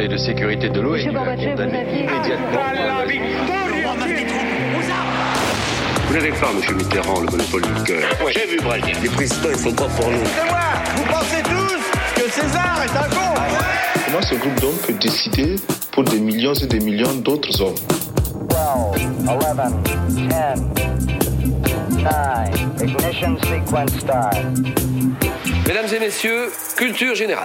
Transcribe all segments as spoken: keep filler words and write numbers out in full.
Conseil de sécurité de l'O N U a condamné immédiatement. Vous n'avez pas, monsieur Mitterrand, le monopole du cœur. Moi, j'ai vu Brel. Les présidents, ils sont pas pour nous. C'est moi. Vous pensez tous que César est un con? Comment ce groupe d'hommes peut décider pour des millions et des millions d'autres hommes? twelve, eleven, ten, nine, ignition sequence start. Mesdames et messieurs, culture générale.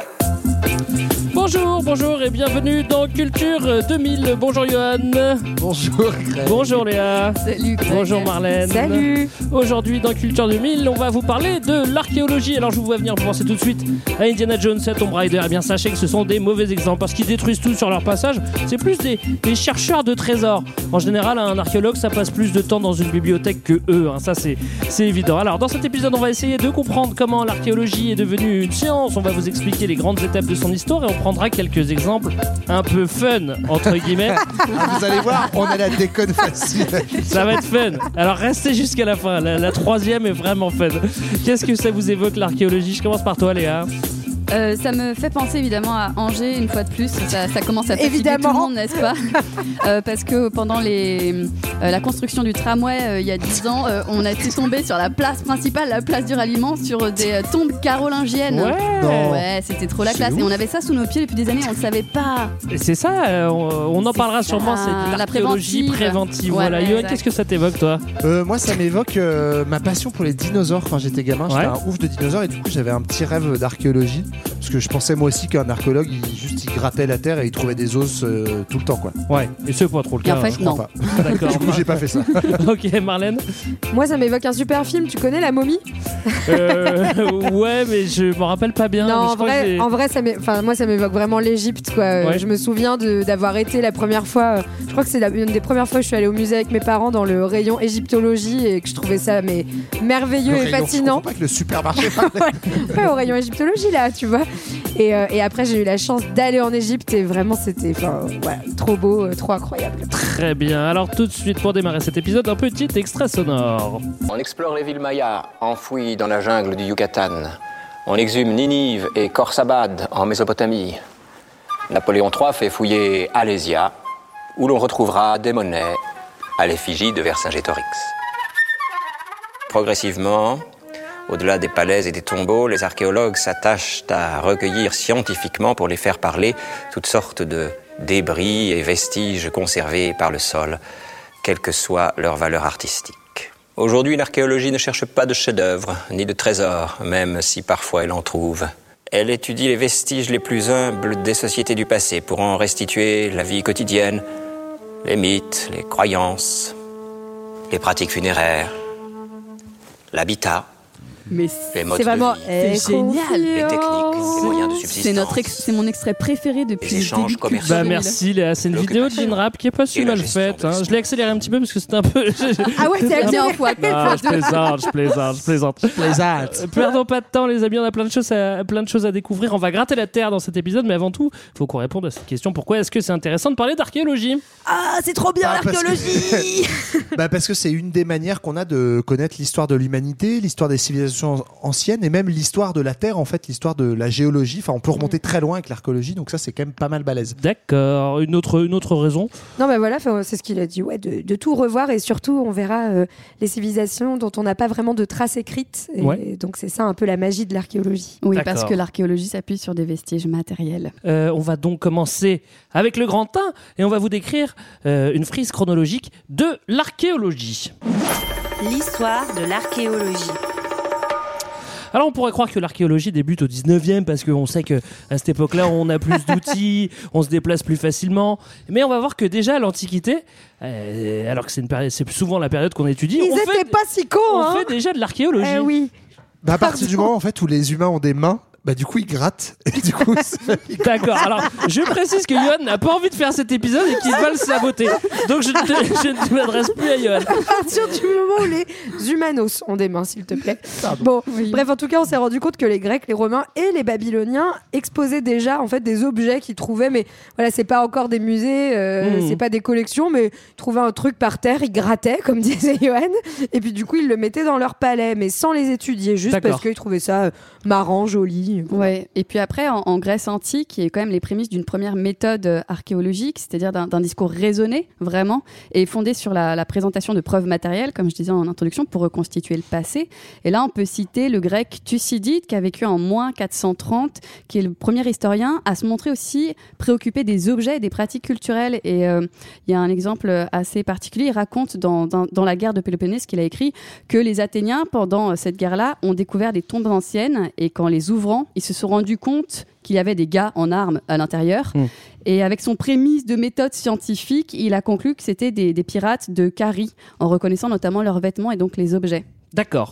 Bonjour, bonjour et bienvenue dans Culture deux mille. Bonjour Johan. Bonjour Greg. Bonjour Léa. Salut Greg. Bonjour Marlène. Salut. Aujourd'hui dans Culture deux mille, on va vous parler de l'archéologie. Alors je vous vois venir, vous pensez tout de suite à Indiana Jones, à Tomb Raider. Eh bien sachez que ce sont des mauvais exemples parce qu'ils détruisent tout sur leur passage. C'est plus des, des chercheurs de trésors. En général, un archéologue, ça passe plus de temps dans une bibliothèque que eux. Hein. Ça c'est, c'est évident. Alors dans cet épisode, on va essayer de comprendre comment l'archéologie est devenue une science. On va vous expliquer les grandes étapes de son histoire et on prendra quelques exemples un peu fun entre guillemets. Ah, vous allez voir, on a la déconne facile. Ça va être fun. Alors restez jusqu'à la fin. La, la troisième est vraiment fun. Qu'est-ce que ça vous évoque l'archéologie? Je commence par toi Léa. Euh, ça me fait penser évidemment à Angers une fois de plus. Ça, ça commence à fatiguer tout le monde, n'est-ce pas? euh, Parce que pendant les, euh, la construction du tramway euh, il y a dix ans, euh, on a été tombé sur la place principale, la place du ralliement, sur des euh, tombes carolingiennes. Ouais, non. ouais c'était trop la C'est classe. ouf. Et on avait ça sous nos pieds depuis des années, on ne le savait pas. Et c'est ça, euh, on, on en C'est parlera ça, sûrement. C'est de la l'archéologie préventive. préventive. Ouais, Voilà. ouais, Johan, exact. qu'est-ce que ça t'évoque toi? Euh, moi, ça m'évoque euh, ma passion pour les dinosaures quand j'étais gamin. J'étais Ouais. un ouf de dinosaures et du coup, j'avais un petit rêve d'archéologie. Parce que je pensais moi aussi qu'un archéologue, il, juste, il grattait la terre et il trouvait des os euh, tout le temps, quoi. Ouais, et c'est pas trop le Et cas. en fait, hein. Je crois non. pas. D'accord. Du coup, j'ai pas fait ça. Ok, Marlène. Moi, ça m'évoque un super film. Tu connais La Momie? Euh, ouais, mais je m'en rappelle pas bien. mais Non, je en crois que vrai, j'ai- en vrai, ça m'é- enfin, moi, ça m'évoque vraiment l'Égypte, quoi. Euh, Ouais. Je me souviens de- d'avoir été la première fois. euh, je crois que c'est la- une des premières fois que je suis allée au musée avec mes parents dans le rayon égyptologie et que je trouvais ça mais merveilleux Le et rayon, je fascinant. comprends pas que le supermarché. Ouais, au rayon égyptologie là, tu vois. Et, euh, et après, j'ai eu la chance d'aller en Égypte et vraiment, c'était, enfin, voilà, trop beau, euh, trop incroyable. Très bien. Alors tout de suite pour démarrer cet épisode, un petit extrait sonore. On explore les villes mayas enfouies dans la jungle du Yucatan. On exhume Ninive et Khorsabad en Mésopotamie. Napoléon trois fait fouiller Alésia, où l'on retrouvera des monnaies à l'effigie de Vercingétorix. Progressivement, au-delà des palais et des tombeaux, les archéologues s'attachent à recueillir scientifiquement, pour les faire parler, toutes sortes de débris et vestiges conservés par le sol, quelle que soit leur valeur artistique. Aujourd'hui, l'archéologie ne cherche pas de chefs-d'œuvre, ni de trésors, même si parfois elle en trouve. Elle étudie les vestiges les plus humbles des sociétés du passé pour en restituer la vie quotidienne, les mythes, les croyances, les pratiques funéraires, l'habitat, Mais les modes C'est vraiment de vie, c'est génial. les techniques, les moyens de subsistance. C'est, notre ex- c'est mon extrait préféré depuis Les le échanges début de commerciaux. Culture Bah deux mille. merci Léa, c'est une vidéo de l'INRAP qui est pas si Et la mal gestion faite. de hein. Je l'ai accéléré un petit peu parce que c'était un peu. Ah ouais, c'est Bien accéléré. fois. Non, je plaisante, je plaisante, je plaisante. Plaisante. Euh, Perdons pas de temps, les amis, on a plein de choses à, plein de choses à découvrir. On va gratter la terre dans cet épisode, mais avant tout, il faut qu'on réponde à cette question. Pourquoi est-ce que c'est intéressant de parler d'archéologie? Ah, c'est trop bien Ah, parce que- l'archéologie. Bah parce que c'est une des manières qu'on a de connaître l'histoire de l'humanité, l'histoire des civilisations anciennes et même l'histoire de la Terre, en fait, l'histoire de la géologie. Enfin, on peut remonter très loin avec l'archéologie, donc ça, c'est quand même pas mal balèze. D'accord. Une autre, une autre raison? Non, mais voilà, enfin, c'est ce qu'il a dit, ouais, de, de tout revoir et surtout, on verra euh, les civilisations dont on n'a pas vraiment de traces écrites. Et, Ouais. et donc, c'est ça un peu la magie de l'archéologie. Oui, D'accord. parce que l'archéologie s'appuie sur des vestiges matériels. Euh, on va donc commencer avec le grand un et on va vous décrire euh, une frise chronologique de l'archéologie. L'histoire de l'archéologie. Alors on pourrait croire que l'archéologie débute au dix-neuvième parce qu'on sait qu'à cette époque-là on a plus d'outils, on se déplace plus facilement. Mais on va voir que déjà à l'Antiquité, euh, alors que c'est, une période, c'est souvent la période qu'on étudie, Ils on, étaient fait, pas si cons, on hein. fait déjà de l'archéologie. Eh oui. Bah, à partir du Pardon. moment en fait où les humains ont des mains, bah du coup ils grattent et du coup ça- D'accord, alors je précise que Johan n'a pas envie de faire cet épisode et qu'il va le saboter. Donc je ne, te- je ne m'adresse plus à Johan. À partir du moment où les humanos ont des mains, s'il te plaît. Bon, Oui. bref, en tout cas, on s'est rendu compte que les Grecs, les Romains et les Babyloniens exposaient déjà en fait des objets qu'ils trouvaient, mais voilà, c'est pas encore des musées, euh, Mmh. c'est pas des collections, mais ils trouvaient un truc par terre, ils grattaient, comme disait Johan, et puis du coup ils le mettaient dans leur palais, mais sans les étudier, juste D'accord. parce qu'ils trouvaient ça euh, marrant, joli. continue. Ouais. Et puis après, en, en Grèce antique, il y a quand même les prémices d'une première méthode archéologique, c'est-à-dire d'un, d'un discours raisonné, vraiment, et fondé sur la, la présentation de preuves matérielles, comme je disais en introduction, pour reconstituer le passé. Et là, on peut citer le grec Thucydide, qui a vécu en moins quatre cent trente, qui est le premier historien à se montrer aussi préoccupé des objets et des pratiques culturelles. Et euh, il y a un exemple assez particulier. Il raconte dans, dans, dans la guerre de Péloponnèse qu'il a écrit que les Athéniens, pendant cette guerre-là, ont découvert des tombes anciennes et qu'en les ouvrant, ils se sont rendus compte qu'il y avait des gars en armes à l'intérieur. Mmh. Et avec son prémisse de méthode scientifique, il a conclu que c'était des, des pirates de Carie, en reconnaissant notamment leurs vêtements et donc les objets. D'accord.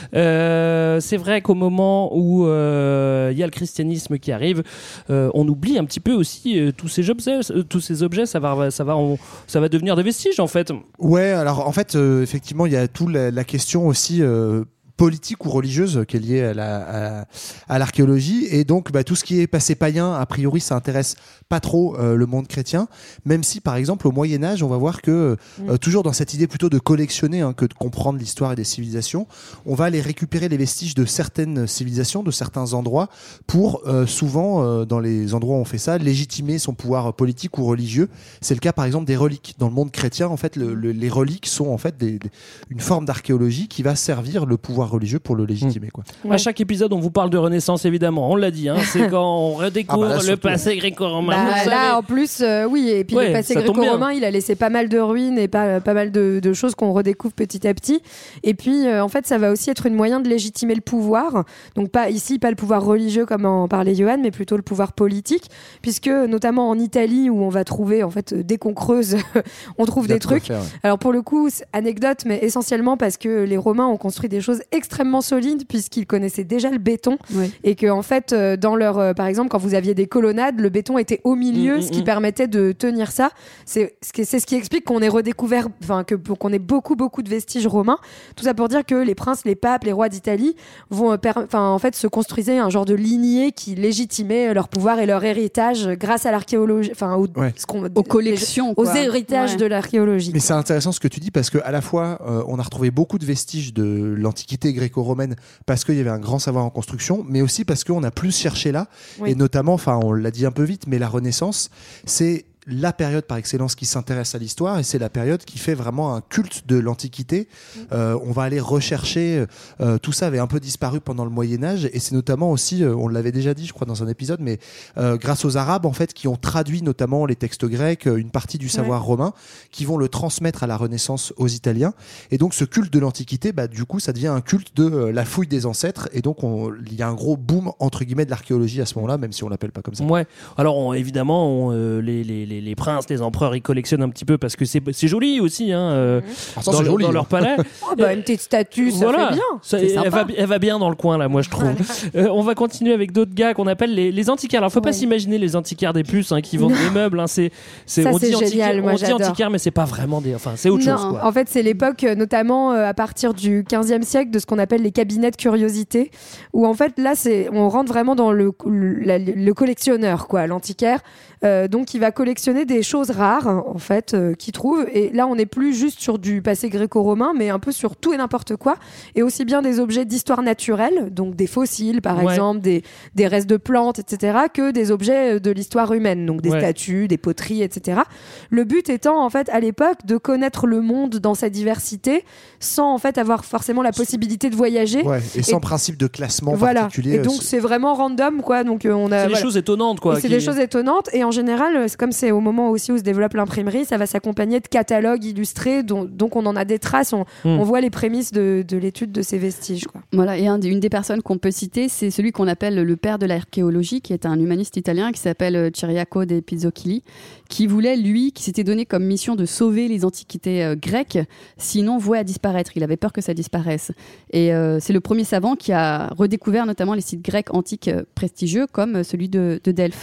Euh, c'est vrai qu'au moment où il euh, y a le christianisme qui arrive, euh, on oublie un petit peu aussi euh, tous ces objets. Euh, tous ces objets, ça va, ça va, on, ça va devenir des vestiges en fait. Ouais. Alors en fait, euh, effectivement, il y a tout la, la question aussi. Euh politique ou religieuse qui est liée à, la, à, à l'archéologie, et donc bah, tout ce qui est passé païen, a priori ça intéresse pas trop euh, le monde chrétien, même si par exemple au Moyen-Âge on va voir que mmh. euh, toujours dans cette idée plutôt de collectionner hein, que de comprendre l'histoire et des civilisations, on va aller récupérer les vestiges de certaines civilisations, de certains endroits pour euh, souvent euh, dans les endroits où on fait ça légitimer son pouvoir politique ou religieux. C'est le cas par exemple des reliques dans le monde chrétien. En fait le, le, les reliques sont en fait des, des, une forme d'archéologie qui va servir le pouvoir religieux pour le légitimer quoi. Ouais. À chaque épisode on vous parle de Renaissance évidemment, on l'a dit hein, c'est quand on redécouvre ah bah là, le passé gréco-romain. Bah, là en plus euh, oui, et puis ouais, le passé gréco-romain il a laissé pas mal de ruines et pas, pas mal de, de choses qu'on redécouvre petit à petit, et puis euh, en fait ça va aussi être une moyen de légitimer le pouvoir, donc pas ici pas le pouvoir religieux comme en parlait Johan, mais plutôt le pouvoir politique, puisque notamment en Italie où on va trouver en fait dès qu'on creuse on trouve des trucs faire, ouais. Alors pour le coup anecdote, mais essentiellement parce que les Romains ont construit des choses extrêmement solide puisqu'ils connaissaient déjà le béton, ouais. Et que en fait euh, dans leur euh, par exemple quand vous aviez des colonnades, le béton était au milieu, mmh, ce qui mmh. permettait de tenir ça. C'est ce qui, c'est ce qui explique qu'on ait redécouvert, enfin que qu'on ait beaucoup beaucoup de vestiges romains. Tout ça pour dire que les princes, les papes, les rois d'Italie vont euh, per... enfin en fait se construisaient un genre de lignée qui légitimait leur pouvoir et leur héritage grâce à l'archéologie, enfin aux, ouais. ce qu'on, aux collections, aux quoi. héritages ouais. de l'archéologie. Mais c'est intéressant ce que tu dis parce que à la fois euh, on a retrouvé beaucoup de vestiges de l'Antiquité gréco-romaine parce qu'il y avait un grand savoir en construction, mais aussi parce qu'on a plus cherché là, oui. Et notamment, enfin on l'a dit un peu vite, mais la Renaissance, c'est la période par excellence qui s'intéresse à l'histoire, et c'est la période qui fait vraiment un culte de l'Antiquité. Mmh. Euh, on va aller rechercher, euh, tout ça avait un peu disparu pendant le Moyen-Âge, et c'est notamment aussi, euh, on l'avait déjà dit je crois dans un épisode, mais euh, grâce aux Arabes en fait qui ont traduit notamment les textes grecs, une partie du savoir ouais. romain, qui vont le transmettre à la Renaissance aux Italiens, et donc ce culte de l'Antiquité, bah, du coup ça devient un culte de euh, la fouille des ancêtres, et donc il y a un gros boom entre guillemets de l'archéologie à ce moment-là, même si on l'appelle pas comme ça. Ouais. Alors on, évidemment on, euh, les, les, les les princes, les empereurs, ils collectionnent un petit peu parce que c'est, c'est joli aussi hein, euh, ah, ça, dans, c'est le, joli, dans hein. leur palais. Oh, bah, une petite statue, ça voilà. fait bien. Ça, c'est elle, va, elle va bien dans le coin là, moi je trouve. euh, on va continuer avec d'autres gars qu'on appelle les, les antiquaires. Alors faut ouais. pas s'imaginer les antiquaires des puces hein, qui vendent non. des meubles. Hein, c'est, c'est, ça, on c'est dit génial, antiquaire, moi, on dit j'adore. antiquaire, mais c'est pas vraiment des. Enfin, c'est autre non, chose. Quoi. En fait, c'est l'époque, notamment euh, à partir du quinzième siècle, de ce qu'on appelle les cabinets de curiosité, où en fait là, c'est, on rentre vraiment dans le, le, la, le collectionneur, quoi, l'antiquaire. Euh, donc, il va collectionner des choses rares, en fait, euh, qu'il trouve. Et là, on n'est plus juste sur du passé gréco-romain, mais un peu sur tout et n'importe quoi. Et aussi bien des objets d'histoire naturelle, donc des fossiles, par ouais. exemple, des, des restes de plantes, et cetera, que des objets de l'histoire humaine, donc des ouais. statues, des poteries, et cetera. Le but étant, en fait, à l'époque, de connaître le monde dans sa diversité, sans, en fait, avoir forcément la possibilité de voyager. Ouais, et sans et, principe de classement voilà. particulier. Et donc, c'est vraiment random, quoi. Donc, euh, on a, c'est voilà. des choses étonnantes, quoi. Et c'est qui... des choses étonnantes. Et en général, c'est comme c'est au moment aussi où se développe l'imprimerie, ça va s'accompagner de catalogues illustrés, dont, donc on en a des traces, on, mmh. on voit les prémices de, de l'étude de ces vestiges, quoi. Voilà, et un, une des personnes qu'on peut citer, c'est celui qu'on appelle le père de l'archéologie, qui est un humaniste italien qui s'appelle Ciriaco de Pizzochilli, qui voulait, lui, qui s'était donné comme mission de sauver les antiquités euh, grecques, sinon vouées à disparaître. Il avait peur que ça disparaisse. Et euh, c'est le premier savant qui a redécouvert notamment les sites grecs antiques euh, prestigieux, comme celui de, de Delphes. Mmh.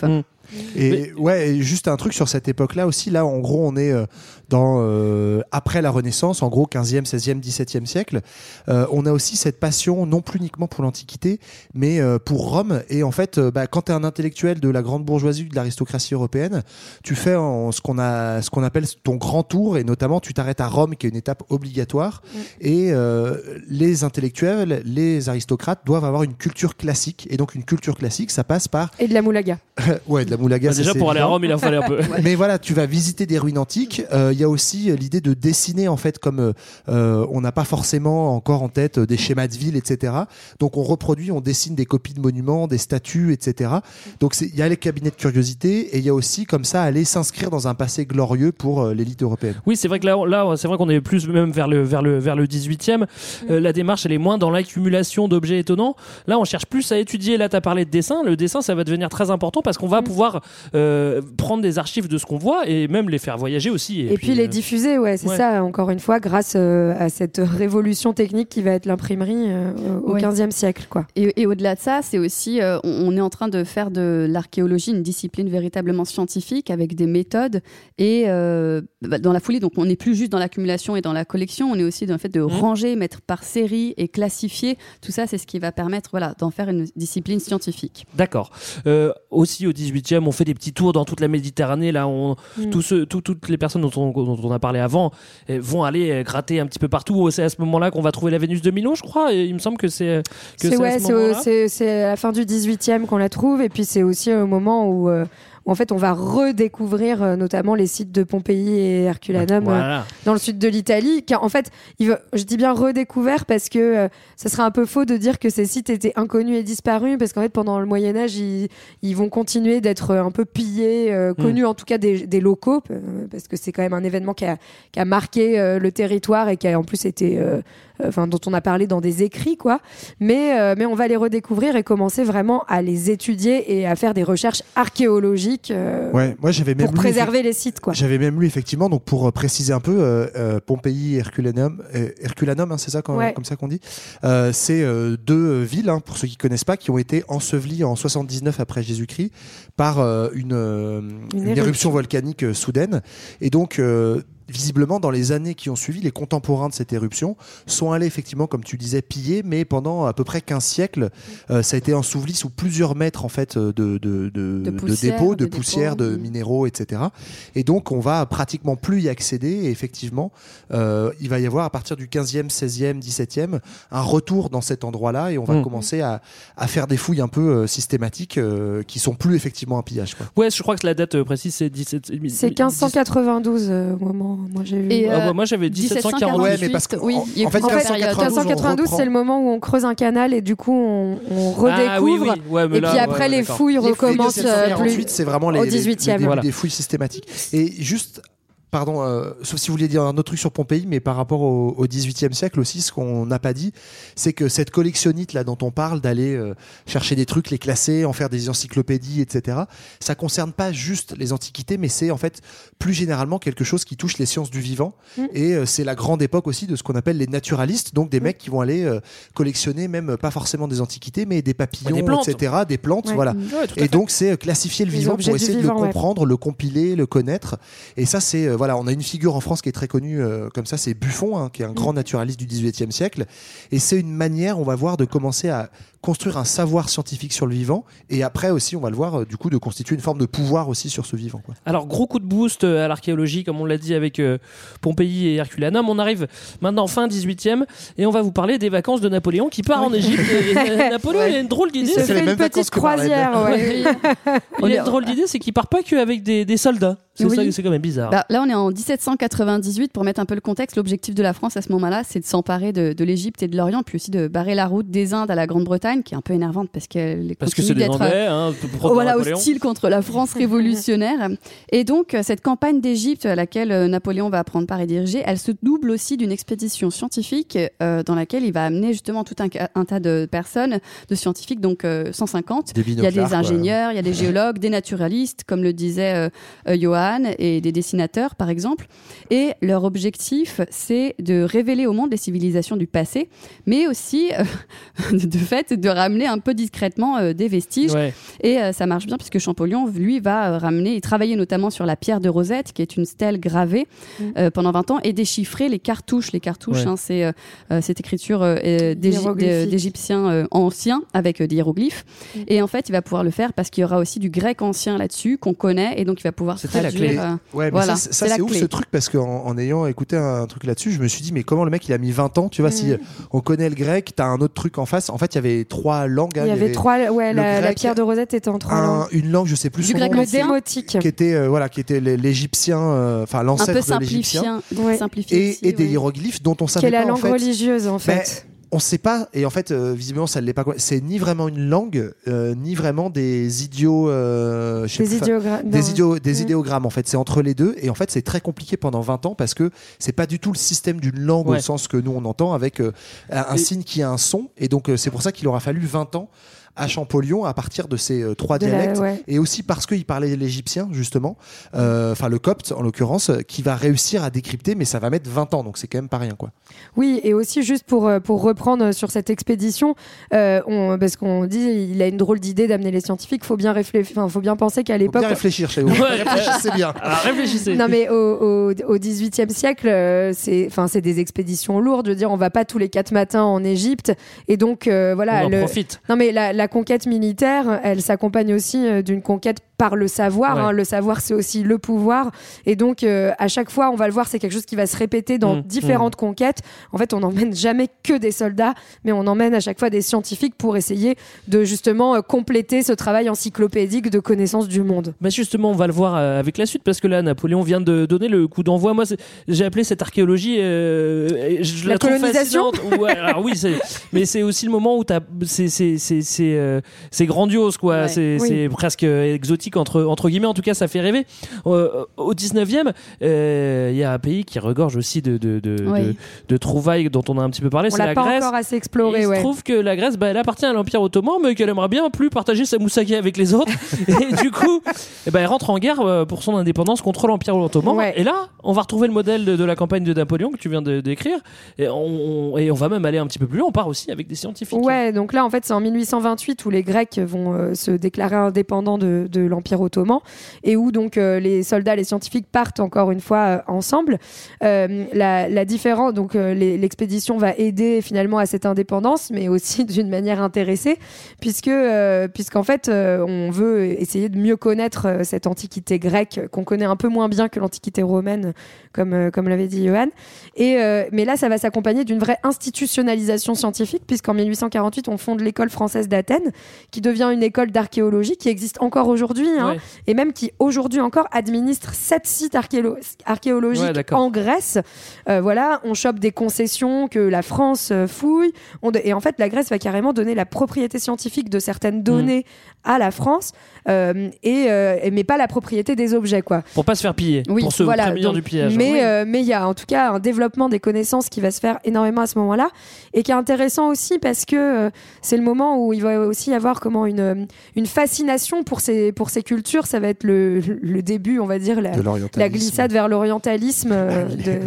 Et Mais... ouais, juste un truc sur cette époque-là aussi. Là, en gros, on est euh, dans euh, après la Renaissance, en gros quinzième, seizième, dix-septième siècle. Euh, on a aussi cette passion, non plus uniquement pour l'Antiquité, mais euh, pour Rome. Et en fait, euh, bah, quand tu es un intellectuel de la grande bourgeoisie, de l'aristocratie européenne, tu fais en, ce qu'on a, ce qu'on appelle ton grand tour, et notamment tu t'arrêtes à Rome, qui est une étape obligatoire. Mmh. Et euh, les intellectuels, les aristocrates doivent avoir une culture classique. Et donc une culture classique, ça passe par et de la moulaga. ouais, de la moulaga. Bah, déjà pour aller à Rome, il en fallait un peu. Mais voilà, tu vas visiter des ruines antiques. Il euh, y a aussi l'idée de dessiner, en fait, comme euh, on n'a pas forcément encore en tête des schémas de ville, et cetera. Donc on reproduit, on dessine des copies de monuments, des statues, et cetera. Donc il y a les cabinets de curiosité et il y a aussi comme ça aller s'inscrire dans un passé glorieux pour euh, l'élite européenne. Oui, c'est vrai que là, là c'est vrai qu'on est plus même vers le vers le vers le dix-huitième. Euh, la démarche, elle est moins dans l'accumulation d'objets étonnants. Là, on cherche plus à étudier. Là, tu as parlé de dessin. Le dessin, ça va devenir très important parce qu'on va mmh. pouvoir euh, prendre des archives de ce qu'on voit et même les faire voyager aussi. Et, et puis, puis les euh... diffuser, ouais, c'est ouais. ça, encore une fois, grâce euh, à cette révolution technique qui va être l'imprimerie euh, au ouais. quinzième siècle. Quoi. Et, et au-delà de ça, c'est aussi, euh, on, on est en train de faire de l'archéologie une discipline véritablement scientifique avec des méthodes et euh, dans la foulée, donc on n'est plus juste dans l'accumulation et dans la collection, on est aussi dans le fait de mmh. ranger, mettre par série et classifier. Tout ça, c'est ce qui va permettre voilà, d'en faire une discipline scientifique. D'accord. Euh, aussi au dix-huitième, on fait des petits tours dans toute la Méditerranée. Là, on, mmh. tous ceux, tout, toutes les personnes dont on, dont on a parlé avant eh, vont aller gratter un petit peu partout. C'est à ce moment-là qu'on va trouver la Vénus de Milo, je crois. Et il me semble que c'est, que c'est, c'est ouais, à ce c'est, moment-là. C'est, c'est à la fin du dix-huitième qu'on la trouve. Et puis c'est aussi au moment où... Euh, où en fait on va redécouvrir euh, notamment les sites de Pompéi et Herculanum voilà. euh, dans le sud de l'Italie. Car en fait, il veut, je dis bien redécouvert parce que euh, ça serait un peu faux de dire que ces sites étaient inconnus et disparus parce qu'en fait pendant le Moyen-Âge ils, ils vont continuer d'être un peu pillés, euh, connus mmh. en tout cas des, des locaux euh, parce que c'est quand même un événement qui a, qui a marqué euh, le territoire et qui a en plus été euh, enfin dont on a parlé dans des écrits quoi, mais euh, mais on va les redécouvrir et commencer vraiment à les étudier et à faire des recherches archéologiques euh, ouais, moi j'avais même pour lu, préserver les sites quoi. J'avais même lu effectivement donc pour préciser un peu euh, euh, Pompéi et Herculanum, euh, Herculanum hein, c'est ça quand, ouais. comme ça qu'on dit. Euh, c'est euh, deux villes hein, pour ceux qui connaissent pas qui ont été ensevelies en soixante-dix-neuf après Jésus-Christ par euh, une, euh, une, une éruption. éruption volcanique euh, soudaine et donc euh, visiblement, dans les années qui ont suivi, les contemporains de cette éruption sont allés effectivement, comme tu disais, piller, mais pendant à peu près quinze siècles, euh, ça a été enseveli sous plusieurs mètres en fait de, de, de, de, de, poussière, de dépôts, de, de poussière, dépôts, de oui. minéraux, et cetera. Et donc, on va pratiquement plus y accéder. Et effectivement, euh, il va y avoir à partir du quinzième, seizième, dix-septième un retour dans cet endroit-là, et on va mmh. commencer à, à faire des fouilles un peu euh, systématiques euh, qui sont plus effectivement un pillage. Quoi. Ouais, je crois que la date euh, précise c'est dix-sept. C'est quinze cent quatre-vingt-douze euh, au moment. Moi, j'ai vu. Et euh, ah bah moi, j'avais dix-sept cent quarante-huit. Ouais, mais parce que, oui, en, en fait, quinze cent quatre-vingt-douze, c'est le moment où on creuse un canal et du coup, on, on redécouvre. Ah, oui, oui. Ouais, et là, puis après, ouais, les d'accord. fouilles les recommencent fouilles plus. Ensuite, c'est vraiment les, au dix-huitième. Les, les, voilà. des fouilles systématiques. Et juste. Pardon, euh, sauf si vous vouliez dire un autre truc sur Pompéi, mais par rapport au, au dix-huitième siècle aussi, ce qu'on n'a pas dit, c'est que cette collectionnite là dont on parle, d'aller euh, chercher des trucs, les classer, en faire des encyclopédies, et cetera, ça concerne pas juste les antiquités, mais c'est en fait plus généralement quelque chose qui touche les sciences du vivant. Mmh. Et euh, c'est la grande époque aussi de ce qu'on appelle les naturalistes, donc des mmh. mecs qui vont aller euh, collectionner même pas forcément des antiquités, mais des papillons, des et cetera, des plantes, ouais. voilà. Mmh. Ouais, et donc c'est classifier le les vivant pour essayer de vivant, le comprendre, ouais. le compiler, le connaître. Et ça c'est euh, voilà, on a une figure en France qui est très connue euh, comme ça, c'est Buffon, hein, qui est un grand naturaliste du dix-huitième siècle. Et c'est une manière, on va voir, de commencer à construire un savoir scientifique sur le vivant. Et après aussi, on va le voir, euh, du coup, de constituer une forme de pouvoir aussi sur ce vivant. Quoi. Alors, gros coup de boost à l'archéologie, comme on l'a dit avec euh, Pompéi et Herculanum. On arrive maintenant fin dix-huitième et on va vous parler des vacances de Napoléon qui part oui. en Égypte. Et, et Napoléon, ouais. il a une drôle d'idée. Il se fait une petite croisière. Ouais. Il a une drôle d'idée, c'est qu'il part pas qu'avec des, des soldats. C'est, oui. ça, c'est quand même bizarre. Bah, là, on est en dix-sept cent quatre-vingt-dix-huit. Pour mettre un peu le contexte, l'objectif de la France à ce moment-là, c'est de s'emparer de, de l'Égypte et de l'Orient, puis aussi de barrer la route des Indes à la Grande-Bretagne, qui est un peu énervante parce qu'elle parce continue que c'est d'être Anglais, hein, voilà, hostile contre la France révolutionnaire. Et donc, cette campagne d'Égypte à laquelle Napoléon va prendre part et diriger, elle se double aussi d'une expédition scientifique euh, dans laquelle il va amener justement tout un, un tas de personnes, de scientifiques, donc euh, cent cinquante. Il y a des ingénieurs, il y a des géologues, des naturalistes, comme le disait euh, euh, Johan, et des dessinateurs, par exemple. Et leur objectif, c'est de révéler au monde les civilisations du passé, mais aussi, euh, de fait, de ramener un peu discrètement euh, des vestiges. Ouais. Et euh, ça marche bien puisque Champollion, lui, va euh, ramener, il travaillait notamment sur la pierre de Rosette, qui est une stèle gravée mmh. euh, pendant vingt ans, et déchiffrer les cartouches. Les cartouches, ouais. hein, c'est euh, cette écriture euh, d'égyptiens euh, anciens avec euh, des hiéroglyphes. Mmh. Et en fait, il va pouvoir le faire parce qu'il y aura aussi du grec ancien là-dessus qu'on connaît, et donc il va pouvoir C'était traduire. La clé. Euh, ouais, mais voilà, ça, ça c'est, c'est ouf ce truc, parce qu'en en ayant écouté un, un truc là-dessus, je me suis dit, mais comment le mec il a mis vingt ans, tu vois, mmh. si on connaît le grec, t'as un autre truc en face. En fait, il y avait trois langues. Hein, il y avait, il y avait trois, ouais, la, grec, la pierre de Rosette était en trois un, langues. Une langue, je sais plus. Du grec démotique. Qui était, euh, voilà, qui était l'égyptien, enfin euh, l'ancêtre de l'égyptien. Ouais. Et, aussi, et des ouais. hiéroglyphes dont on savait pas. Qui est la pas, langue en fait, religieuse en fait. Mais, on sait pas, et en fait, euh, visiblement, ça ne l'est pas. C'est ni vraiment une langue, euh, ni vraiment des idiots. Euh, je sais des, plus, idiogra- des, idio- des mmh. idéogrammes, en fait. C'est entre les deux. Et en fait, c'est très compliqué pendant vingt ans parce que c'est pas du tout le système d'une langue ouais. au sens que nous on entend, avec euh, un et... signe qui a un son. Et donc, euh, c'est pour ça qu'il aura fallu vingt ans à Champollion à partir de ces euh, trois de dialectes, la, ouais. et aussi parce qu'il parlait l'égyptien justement, enfin euh, le copte en l'occurrence, qui va réussir à décrypter, mais ça va mettre vingt ans, donc c'est quand même pas rien, quoi. Oui, et aussi juste pour, pour reprendre sur cette expédition, euh, on, parce qu'on dit il a une drôle d'idée d'amener les scientifiques, faut bien réfléchir, enfin faut bien penser qu'à l'époque. Faut bien réfléchir chez vous. Réfléchissez bien. Alors, réfléchissez. Non mais au, au, au dix-huitième siècle, euh, c'est, enfin c'est des expéditions lourdes. Je veux dire, on va pas tous les quatre matins en Égypte, et donc euh, voilà. On en le... profite. Non mais la, la conquête militaire, elle s'accompagne aussi euh, d'une conquête par le savoir. Ouais. Hein. Le savoir, c'est aussi le pouvoir. Et donc, euh, à chaque fois, on va le voir, c'est quelque chose qui va se répéter dans mmh, différentes mmh. conquêtes. En fait, on n'emmène jamais que des soldats, mais on emmène à chaque fois des scientifiques pour essayer de justement euh, compléter ce travail encyclopédique de connaissance du monde. Bah justement, on va le voir euh, avec la suite, parce que là, Napoléon vient de donner le coup d'envoi. Moi, c'est... j'ai appelé cette archéologie... Euh, je la, la colonisation. Ouais, alors oui, c'est... mais c'est aussi le moment où t'as... c'est, c'est, c'est, c'est, euh, c'est grandiose, quoi. Ouais. C'est, oui. c'est presque exotique, entre, entre guillemets. En tout cas, ça fait rêver. Euh, au dix-neuvième, il euh, y a un pays qui regorge aussi de, de, de, oui. de, de trouvailles dont on a un petit peu parlé, on c'est la Grèce. On l'a pas encore assez exploré. Il ouais. se trouve que la Grèce, bah, elle appartient à l'Empire ottoman, mais qu'elle aimerait bien plus partager sa moussaka avec les autres. Et du coup, eh ben, elle rentre en guerre pour son indépendance contre l'Empire ottoman. Ouais. Et là, on va retrouver le modèle de, de la campagne de Napoléon que tu viens de décrire. Et on, et on va même aller un petit peu plus loin. On part aussi avec des scientifiques. Ouais, donc là, en fait, c'est en mille huit cent vingt-huit où les Grecs vont euh, se déclarer indépendants de, de l'Empire ottoman, et où donc euh, les soldats, les scientifiques partent encore une fois euh, ensemble. Euh, la, la différence, donc euh, les, l'expédition va aider finalement à cette indépendance, mais aussi d'une manière intéressée, puisque euh, puisqu'en fait euh, on veut essayer de mieux connaître euh, cette antiquité grecque qu'on connaît un peu moins bien que l'antiquité romaine, comme euh, comme l'avait dit Johan. Et euh, mais là, ça va s'accompagner d'une vraie institutionnalisation scientifique, puisqu'en mille huit cent quarante-huit, on fonde l'école française d'Athènes, qui devient une école d'archéologie qui existe encore aujourd'hui, hein, ouais. et même qui aujourd'hui encore administre sept sites archéolo- archéologiques ouais, en Grèce. Euh, voilà, on chope des concessions que la France euh, fouille, on de- et en fait, la Grèce va carrément donner la propriété scientifique de certaines données mmh. à la France, euh, et, euh, mais pas la propriété des objets, quoi. Pour pas se faire piller, oui, pour se voilà, prémunir donc, du pillage. Mais il oui. euh, mais il y a en tout cas un développement des connaissances qui va se faire énormément à ce moment-là, et qui est intéressant aussi parce que euh, c'est le moment où il va aussi y avoir comment une une fascination pour ces pour ces cultures. Ça va être le le début, on va dire, la, la glissade vers l'orientalisme. Euh,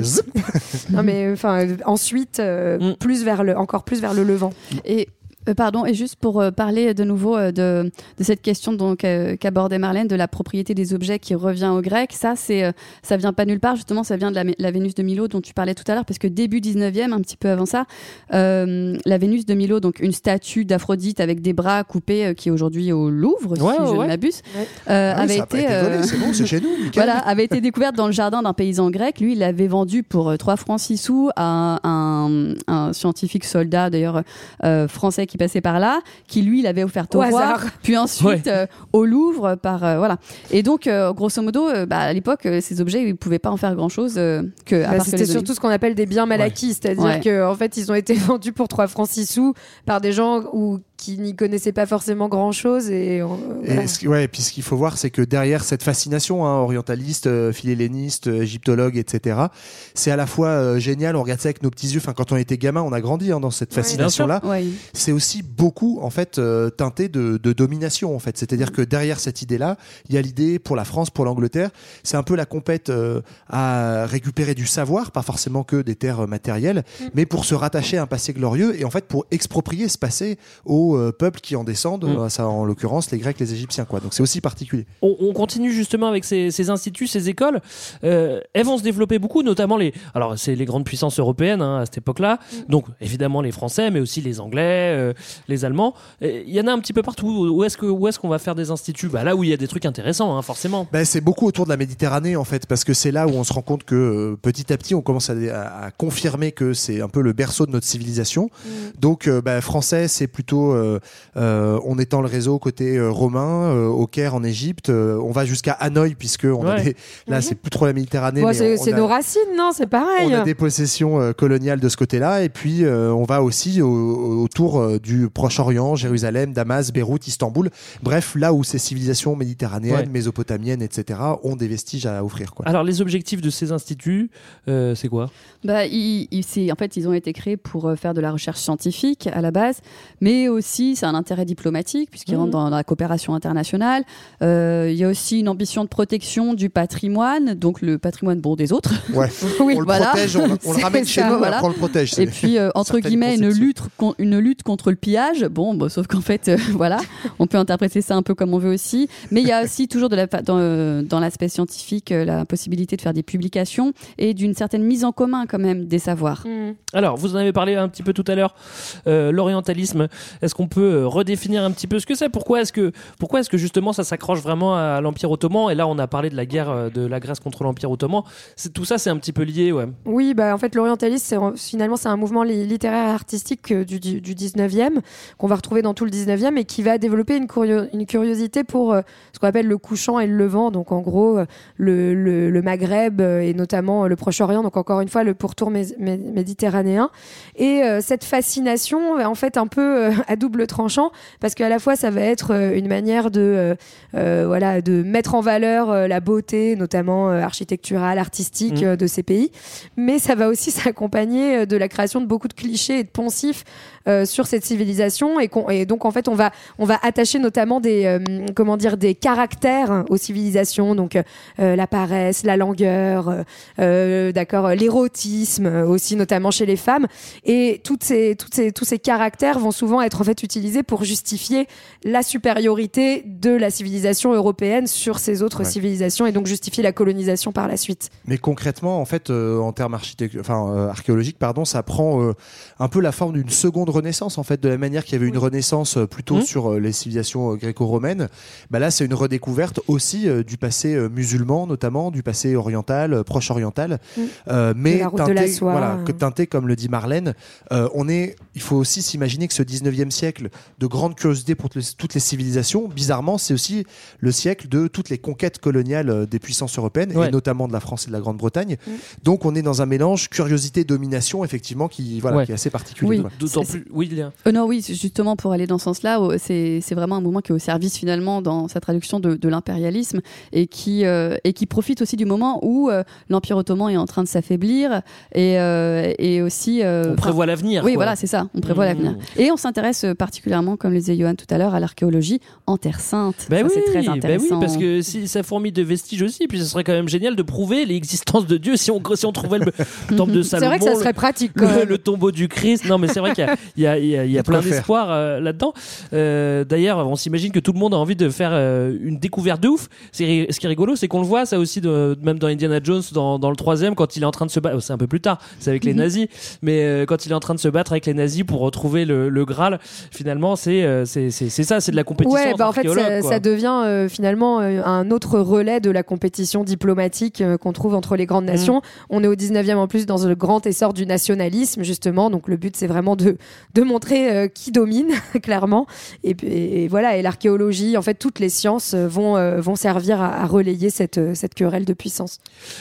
de... non mais enfin ensuite euh, mm. plus vers le encore plus vers le Levant. Et Euh, pardon, et juste pour euh, parler de nouveau euh, de, de cette question donc, euh, qu'abordait Marlène, de la propriété des objets qui revient aux Grecs, ça, c'est, euh, ça vient pas nulle part, justement, ça vient de la, la Vénus de Milo dont tu parlais tout à l'heure, parce que début dix-neuvième, un petit peu avant ça, euh, la Vénus de Milo, donc une statue d'Aphrodite avec des bras coupés, euh, qui est aujourd'hui au Louvre, ouais, si ouais, je ouais. ne m'abuse, ouais. euh, ah oui, avait ça été, a pas été volé, euh... c'est bon, c'est chez nous, voilà, avait été découverte dans le jardin d'un paysan grec. Lui, il l'avait vendue pour euh, trois francs six sous à un, un, un scientifique soldat, d'ailleurs, euh, français qui passait par là, qui lui l'avait offert au, au roi, hasard. Puis ensuite ouais. euh, au Louvre par euh, voilà. Et donc euh, grosso modo, euh, bah, à l'époque, euh, ces objets, ils pouvaient pas en faire grand chose euh, que. Bah, à part c'était que les surtout ce qu'on appelle des biens mal acquis, ouais. c'est-à-dire ouais. que en fait, ils ont été vendus pour trois francs six sous par des gens où qui n'y connaissaient pas forcément grand-chose. Et, euh, voilà. et, ce, ouais, et puis ce qu'il faut voir, c'est que derrière cette fascination, hein, orientaliste, euh, philhelléniste, euh, égyptologue, et cetera, c'est à la fois euh, génial, on regarde ça avec nos petits yeux, enfin, quand on était gamin, on a grandi hein, dans cette fascination-là. Ouais, c'est aussi beaucoup, en fait, euh, teinté de, de domination, en fait. C'est-à-dire que derrière cette idée-là, il y a l'idée pour la France, pour l'Angleterre, c'est un peu la compète euh, à récupérer du savoir, pas forcément que des terres matérielles, mmh. mais pour se rattacher à un passé glorieux, et en fait, pour exproprier ce passé aux aux euh, peuples qui en descendent, mmh. euh, ça, en l'occurrence les Grecs, les Égyptiens, quoi. Donc c'est aussi particulier. On, on continue justement avec ces, ces instituts, ces écoles. Euh, elles vont se développer beaucoup, notamment les. Alors c'est les grandes puissances européennes hein, à cette époque-là. Mmh. Donc évidemment les Français, mais aussi les Anglais, euh, les Allemands. Il y en a un petit peu partout. Où est-ce que où est-ce qu'on va faire des instituts ? Bah là où il y a des trucs intéressants, hein, forcément. Bah, c'est beaucoup autour de la Méditerranée en fait, parce que c'est là où on se rend compte que euh, petit à petit on commence à, à, à confirmer que c'est un peu le berceau de notre civilisation. Mmh. Donc euh, bah, français, c'est plutôt euh, euh, on étend le réseau côté euh, romain, euh, au Caire en Égypte, euh, on va jusqu'à Hanoï puisque on ouais. a des, là mmh. c'est plus trop la Méditerranée. Bon, mais c'est on, c'est on a, nos racines, non ? C'est pareil. On a des possessions euh, coloniales de ce côté-là, et puis euh, on va aussi au, autour euh, du Proche-Orient, Jérusalem, Damas, Beyrouth, Istanbul. Bref, là où ces civilisations méditerranéennes, ouais. mésopotamiennes, et cetera, ont des vestiges à offrir, quoi. Alors les objectifs de ces instituts, euh, c'est quoi ? Bah, ils, ils, c'est, en fait, ils ont été créés pour faire de la recherche scientifique à la base, mais aussi c'est un intérêt diplomatique puisqu'ils mmh. rentrent dans, dans la coopération internationale. Euh, il y a aussi une ambition de protection du patrimoine, donc le patrimoine bon des autres. Ouais. oui, on le voilà. protège, on, on le ramène chez ça, nous, voilà. après on le protège. C'est... Et puis euh, entre guillemets une lutte, con, une lutte contre le pillage. Bon, bah, sauf qu'en fait, euh, voilà, on peut interpréter ça un peu comme on veut aussi. Mais il y a aussi toujours de la, dans, euh, dans l'aspect scientifique euh, la possibilité de faire des publications et d'une certaine mise en commun quand même des savoirs. Mmh. Alors, vous en avez parlé un petit peu tout à l'heure, euh, l'orientalisme. Est-ce qu'on peut redéfinir un petit peu ce que c'est ? Pourquoi est-ce que, pourquoi est-ce que justement ça s'accroche vraiment à l'Empire ottoman ? Et là, on a parlé de la guerre de la Grèce contre l'Empire ottoman. C'est, tout ça, c'est un petit peu lié, ouais. Oui, bah en fait, l'orientalisme, c'est, finalement, c'est un mouvement littéraire et artistique du, du, du dix-neuvième qu'on va retrouver dans tout le dix-neuvième et qui va développer une, curio- une curiosité pour euh, ce qu'on appelle le couchant et le levant. Donc, en gros, euh, le, le, le Maghreb euh, et notamment le Proche-Orient. Donc, encore une fois, le pourtour mé- mé- méditerranéen. Et euh, cette fascination, en fait, un peu euh, à double tranchant, parce qu'à la fois, ça va être euh, une manière de, euh, euh, voilà, de mettre en valeur euh, la beauté, notamment euh, architecturale, artistique mmh. euh, de ces pays. Mais ça va aussi s'accompagner euh, de la création de beaucoup de clichés et de poncifs euh, sur cette civilisation. Et, qu'on, et donc, en fait, on va, on va attacher notamment des, euh, comment dire, des caractères aux civilisations. Donc, euh, la paresse, la langueur, euh, d'accord, l'érotisme aussi, notamment chez les femmes. Et toutes ces, toutes ces, tous ces caractères vont souvent être en fait utilisés pour justifier la supériorité de la civilisation européenne sur ces autres ouais. civilisations et donc justifier la colonisation par la suite. Mais concrètement, en fait, euh, en termes architect... enfin, euh, archéologiques, pardon, ça prend euh, un peu la forme d'une seconde renaissance, en fait, de la manière qu'il y avait une renaissance euh, plutôt mmh. sur euh, les civilisations euh, gréco-romaines. Bah là, c'est une redécouverte aussi euh, du passé euh, musulman, notamment du passé oriental, euh, proche-oriental, mmh. euh, mais teinté, voilà, que teinté, comme le dit Marlène. Euh, on est, il faut aussi s'imaginer que ce dix-neuvième siècle de grande curiosité pour t- toutes les civilisations, bizarrement, c'est aussi le siècle de toutes les conquêtes coloniales des puissances européennes, ouais. et notamment de la France et de la Grande-Bretagne. Mmh. Donc, on est dans un mélange curiosité-domination, effectivement, qui, voilà, ouais. qui est assez particulier. Oui, voilà. D'autant plus... oui, Léa. Euh, non, oui, justement, pour aller dans ce sens-là, c'est, c'est vraiment un mouvement qui est au service, finalement, dans sa traduction de, de l'impérialisme et qui, euh, et qui profite aussi du moment où euh, l'Empire ottoman est en train de s'affaiblir et, euh, et aussi... Euh, on prévoit l'avenir. Oui, quoi. voilà, c'est ça, on prévoit mmh. l'avenir. Et on s'intéresse particulièrement, comme le disait Johan tout à l'heure, à l'archéologie en Terre Sainte. Ben ça, oui, c'est très intéressant. Ben oui, parce que si, ça fourmille de vestiges aussi, puis ce serait quand même génial de prouver l'existence de Dieu si on, si on trouvait le, le temple de Salomon. C'est vrai que ça serait le, pratique. Quand même. Le, le tombeau du Christ. Non, mais c'est vrai qu'il y a, il y a, il y a, il y a plein d'espoir euh, là-dedans. Euh, d'ailleurs, on s'imagine que tout le monde a envie de faire euh, une découverte de ouf. C'est, ce qui est rigolo, c'est qu'on le voit, ça aussi, de, même dans Indiana Jones, dans, dans le troisième, quand il est en train de se battre. C'est un peu plus tard, c'est avec les nazis, mais euh, quand il est en train de se battre avec les nazis pour retrouver le, le Graal, finalement, c'est, euh, c'est, c'est, c'est ça, c'est de la compétition. Ouais, bah en fait, ça, ça devient euh, finalement euh, un autre relais de la compétition diplomatique euh, qu'on trouve entre les grandes nations. Mmh. On est au dix-neuvième en plus dans le grand essor du nationalisme, justement. Donc le but, c'est vraiment de, de montrer euh, qui domine, clairement. Et, et, et voilà, et l'archéologie, en fait, toutes les sciences vont, euh, vont servir à, à relayer cette, cette querelle de puissance.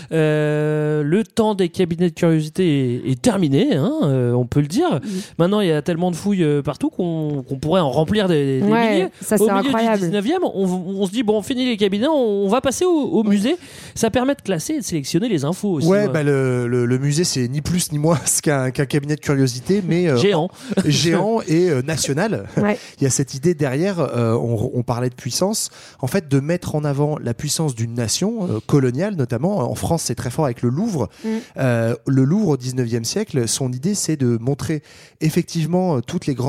Euh, le temps des cabinets de curiosité est, est terminé, hein, euh, on peut le dire. Mmh. Maintenant, il y a tellement de fouilles euh, partout qu'on, qu'on pourrait en remplir des, des ouais, milliers. Ça, au c'est milieu incroyable. du dix-neuvième, on, on se dit, bon, on finit les cabinets, on, on va passer au, au oui. musée. Ça permet de classer et de sélectionner les infos aussi. Ouais, ouais. Bah, le, le, le musée, c'est ni plus ni moins qu'un, qu'un cabinet de curiosité, mais euh, géant. géant et euh, national. Ouais. Il y a cette idée derrière, euh, on, on parlait de puissance, en fait, de mettre en avant la puissance d'une nation, euh, coloniale notamment. En France, c'est très fort avec le Louvre. Mm. Euh, le Louvre, au dix-neuvième siècle, son idée, c'est de montrer effectivement toutes les grandes civilisations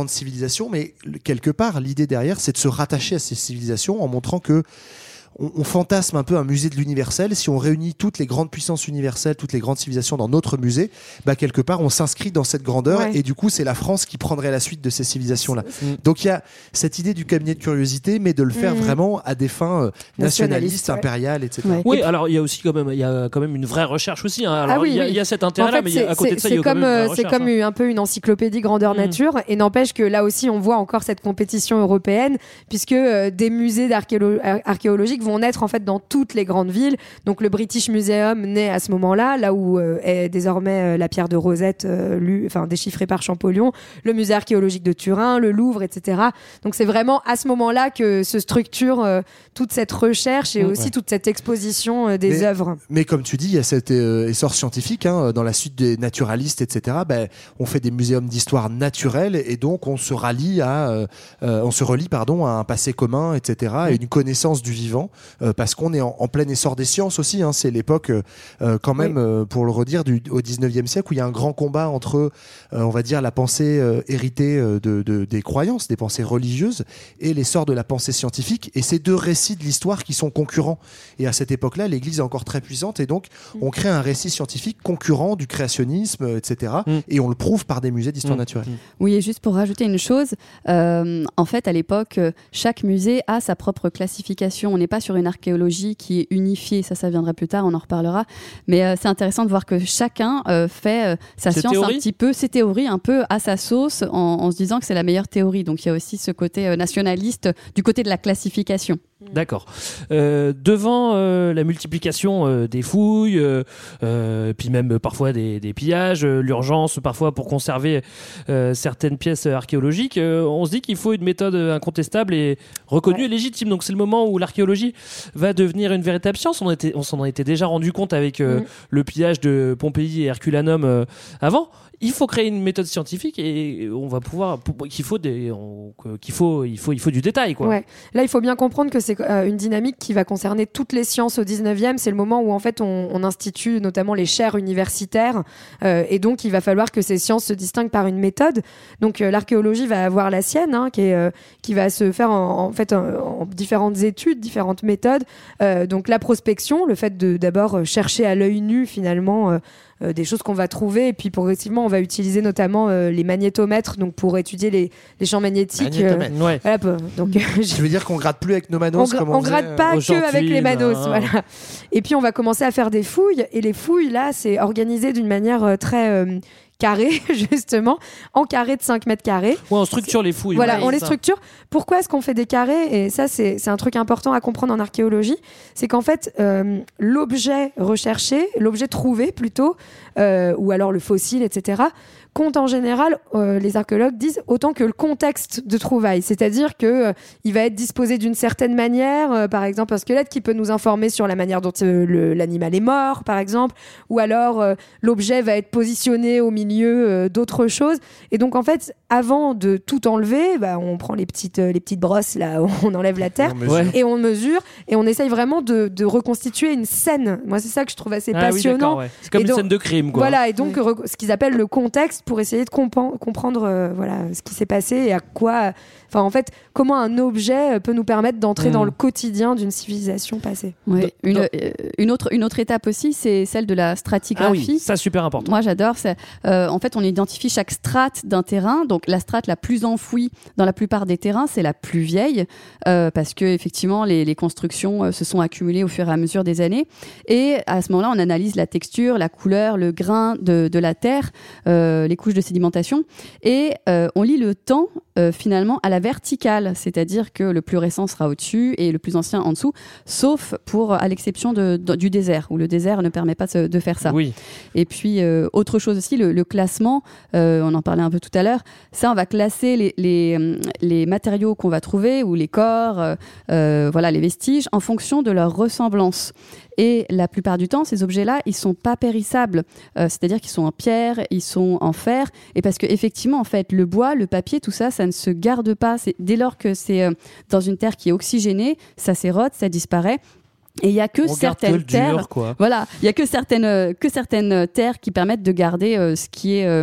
civilisations, mais quelque part, l'idée derrière, c'est de se rattacher à ces civilisations en montrant que On, on fantasme un peu un musée de l'universel. Si on réunit toutes les grandes puissances universelles, toutes les grandes civilisations dans notre musée, bah quelque part on s'inscrit dans cette grandeur ouais. et du coup c'est la France qui prendrait la suite de ces civilisations-là. Mmh. Donc il y a cette idée du cabinet de curiosité, mais de le faire mmh. vraiment à des fins euh, nationalistes, ouais. impériales, et cetera. Ouais. Oui, alors il y a aussi quand même, il y a quand même une vraie recherche aussi. Hein. Alors, ah oui, il y, oui. y a cet intérêt-là, en fait, mais à côté de ça, il y a quand même une vraie recherche. C'est comme hein. un peu une encyclopédie grandeur mmh. nature, et n'empêche que là aussi on voit encore cette compétition européenne, puisque euh, des musées d'archéolo- archéologiques vont naître en fait dans toutes les grandes villes. Donc le British Museum naît à ce moment-là, là où euh, est désormais euh, la pierre de Rosette, euh, lu, enfin déchiffrée par Champollion, le musée archéologique de Turin, le Louvre, et cetera. Donc c'est vraiment à ce moment-là que se structure euh, toute cette recherche et mmh, aussi ouais. toute cette exposition euh, des mais, œuvres. Mais comme tu dis, il y a cet euh, essor scientifique hein, dans la suite des naturalistes, et cetera. Ben, on fait des muséums d'histoire naturelle et donc on se rallie à, euh, euh, on se relie pardon à un passé commun, et cetera. Mmh. Et une connaissance du vivant, euh, parce qu'on est en, en plein essor des sciences aussi. Hein. C'est l'époque, euh, quand même, oui. euh, pour le redire, du, au dix-neuvième siècle, où il y a un grand combat entre, euh, on va dire, la pensée euh, héritée euh, de, de, des croyances, des pensées religieuses, et l'essor de la pensée scientifique. Et ces deux récits de l'histoire qui sont concurrents. Et à cette époque-là, l'Église est encore très puissante, et donc mmh. on crée un récit scientifique concurrent du créationnisme, et cetera. Mmh. Et on le prouve par des musées d'histoire mmh. naturelle. Oui, et juste pour rajouter une chose, euh, en fait, à l'époque, chaque musée a sa propre classification. On n'est pas sur une archéologie qui est unifiée, ça, ça viendra plus tard, on en reparlera. Mais euh, c'est intéressant de voir que chacun euh, fait euh, sa c'est science théorie. un petit peu, ses théories un peu à sa sauce, en, en se disant que c'est la meilleure théorie. Donc il y a aussi ce côté euh, nationaliste du côté de la classification. D'accord. Euh, devant euh, la multiplication euh, des fouilles, euh, euh, puis même parfois des, des pillages, euh, l'urgence parfois pour conserver euh, certaines pièces archéologiques, euh, on se dit qu'il faut une méthode incontestable et reconnue ouais. et légitime. Donc c'est le moment où l'archéologie va devenir une véritable science. On, était, on s'en était déjà rendu compte avec euh, mmh. le pillage de Pompéi et Herculanum euh, avant. Il faut créer une méthode scientifique et on va pouvoir qu'il faut des on, qu'il faut il faut il faut du détail quoi. Ouais. Là, il faut bien comprendre que c'est euh, une dynamique qui va concerner toutes les sciences au dix-neuvième. C'est le moment où en fait on, on institue notamment les chaires universitaires euh, et donc il va falloir que ces sciences se distinguent par une méthode. Donc euh, l'archéologie va avoir la sienne, hein, qui est euh, qui va se faire en, en fait en, en différentes études, différentes méthodes. Euh, donc la prospection, le fait de d'abord chercher à l'œil nu finalement. Euh, Euh, des choses qu'on va trouver et puis progressivement on va utiliser notamment euh, les magnétomètres donc pour étudier les, les champs magnétiques euh, ouais. voilà, donc je veux dire qu'on gratte plus avec nos manos on, comme on, on gratte faisait, pas euh, que avec les manos hein. Voilà. Et puis on va commencer à faire des fouilles et les fouilles là c'est organisé d'une manière euh, très euh, carré, justement, en carré de cinq mètres carrés. Ouais, on structure les fouilles. Voilà, ouais, on les ça. structure. Pourquoi est-ce qu'on fait des carrés ? Et ça, c'est, c'est un truc important à comprendre en archéologie. C'est qu'en fait, euh, l'objet recherché, l'objet trouvé plutôt, euh, ou alors le fossile, et cetera, compte en général, euh, les archéologues disent, autant que le contexte de trouvaille. C'est-à-dire qu'il euh, va être disposé d'une certaine manière, euh, par exemple un squelette qui peut nous informer sur la manière dont euh, le, l'animal est mort, par exemple, ou alors euh, l'objet va être positionné au milieu euh, d'autres choses. Et donc en fait, avant de tout enlever, bah, on prend les petites, euh, les petites brosses, là, on enlève la terre, on et on mesure, et on essaye vraiment de, de reconstituer une scène. Moi, c'est ça que je trouve assez ah, passionnant. Oui, ouais. C'est comme et une donc, scène de crime, quoi. Voilà, et donc oui. re- ce qu'ils appellent le contexte, pour essayer de compa- comprendre euh, voilà, ce qui s'est passé et à quoi... Enfin, en fait, comment un objet peut nous permettre d'entrer mmh. dans le quotidien d'une civilisation passée. Ouais. Une, euh, une, autre, une autre étape aussi, c'est celle de la stratigraphie. Ah oui, ça, super important. Moi, j'adore. C'est, euh, en fait, on identifie chaque strate d'un terrain. Donc, la strate la plus enfouie dans la plupart des terrains, c'est la plus vieille, euh, parce que effectivement, les, les constructions euh, se sont accumulées au fur et à mesure des années. Et à ce moment-là, on analyse la texture, la couleur, le grain de, de la terre, euh, les couches de sédimentation, et euh, on lit le temps euh, finalement à la verticale, c'est-à-dire que le plus récent sera au-dessus et le plus ancien en dessous, sauf pour à l'exception de, de, du désert, où le désert ne permet pas de, de faire ça. Oui. Et puis euh, autre chose aussi, le, le classement, euh, on en parlait un peu tout à l'heure. Ça, on va classer les, les, les matériaux qu'on va trouver ou les corps, euh, euh, voilà, les vestiges, en fonction de leur ressemblance. Et la plupart du temps, ces objets-là, ils sont pas périssables, euh, c'est-à-dire qu'ils sont en pierre, ils sont en fer, et parce que effectivement, en fait, le bois, le papier, tout ça, ça ne se garde pas. C'est, dès lors que c'est euh, dans une terre qui est oxygénée, ça s'érode, ça disparaît. Et il y a que On certaines que terres, dur, quoi. voilà, il y a que certaines que certaines terres qui permettent de garder euh, ce qui est euh,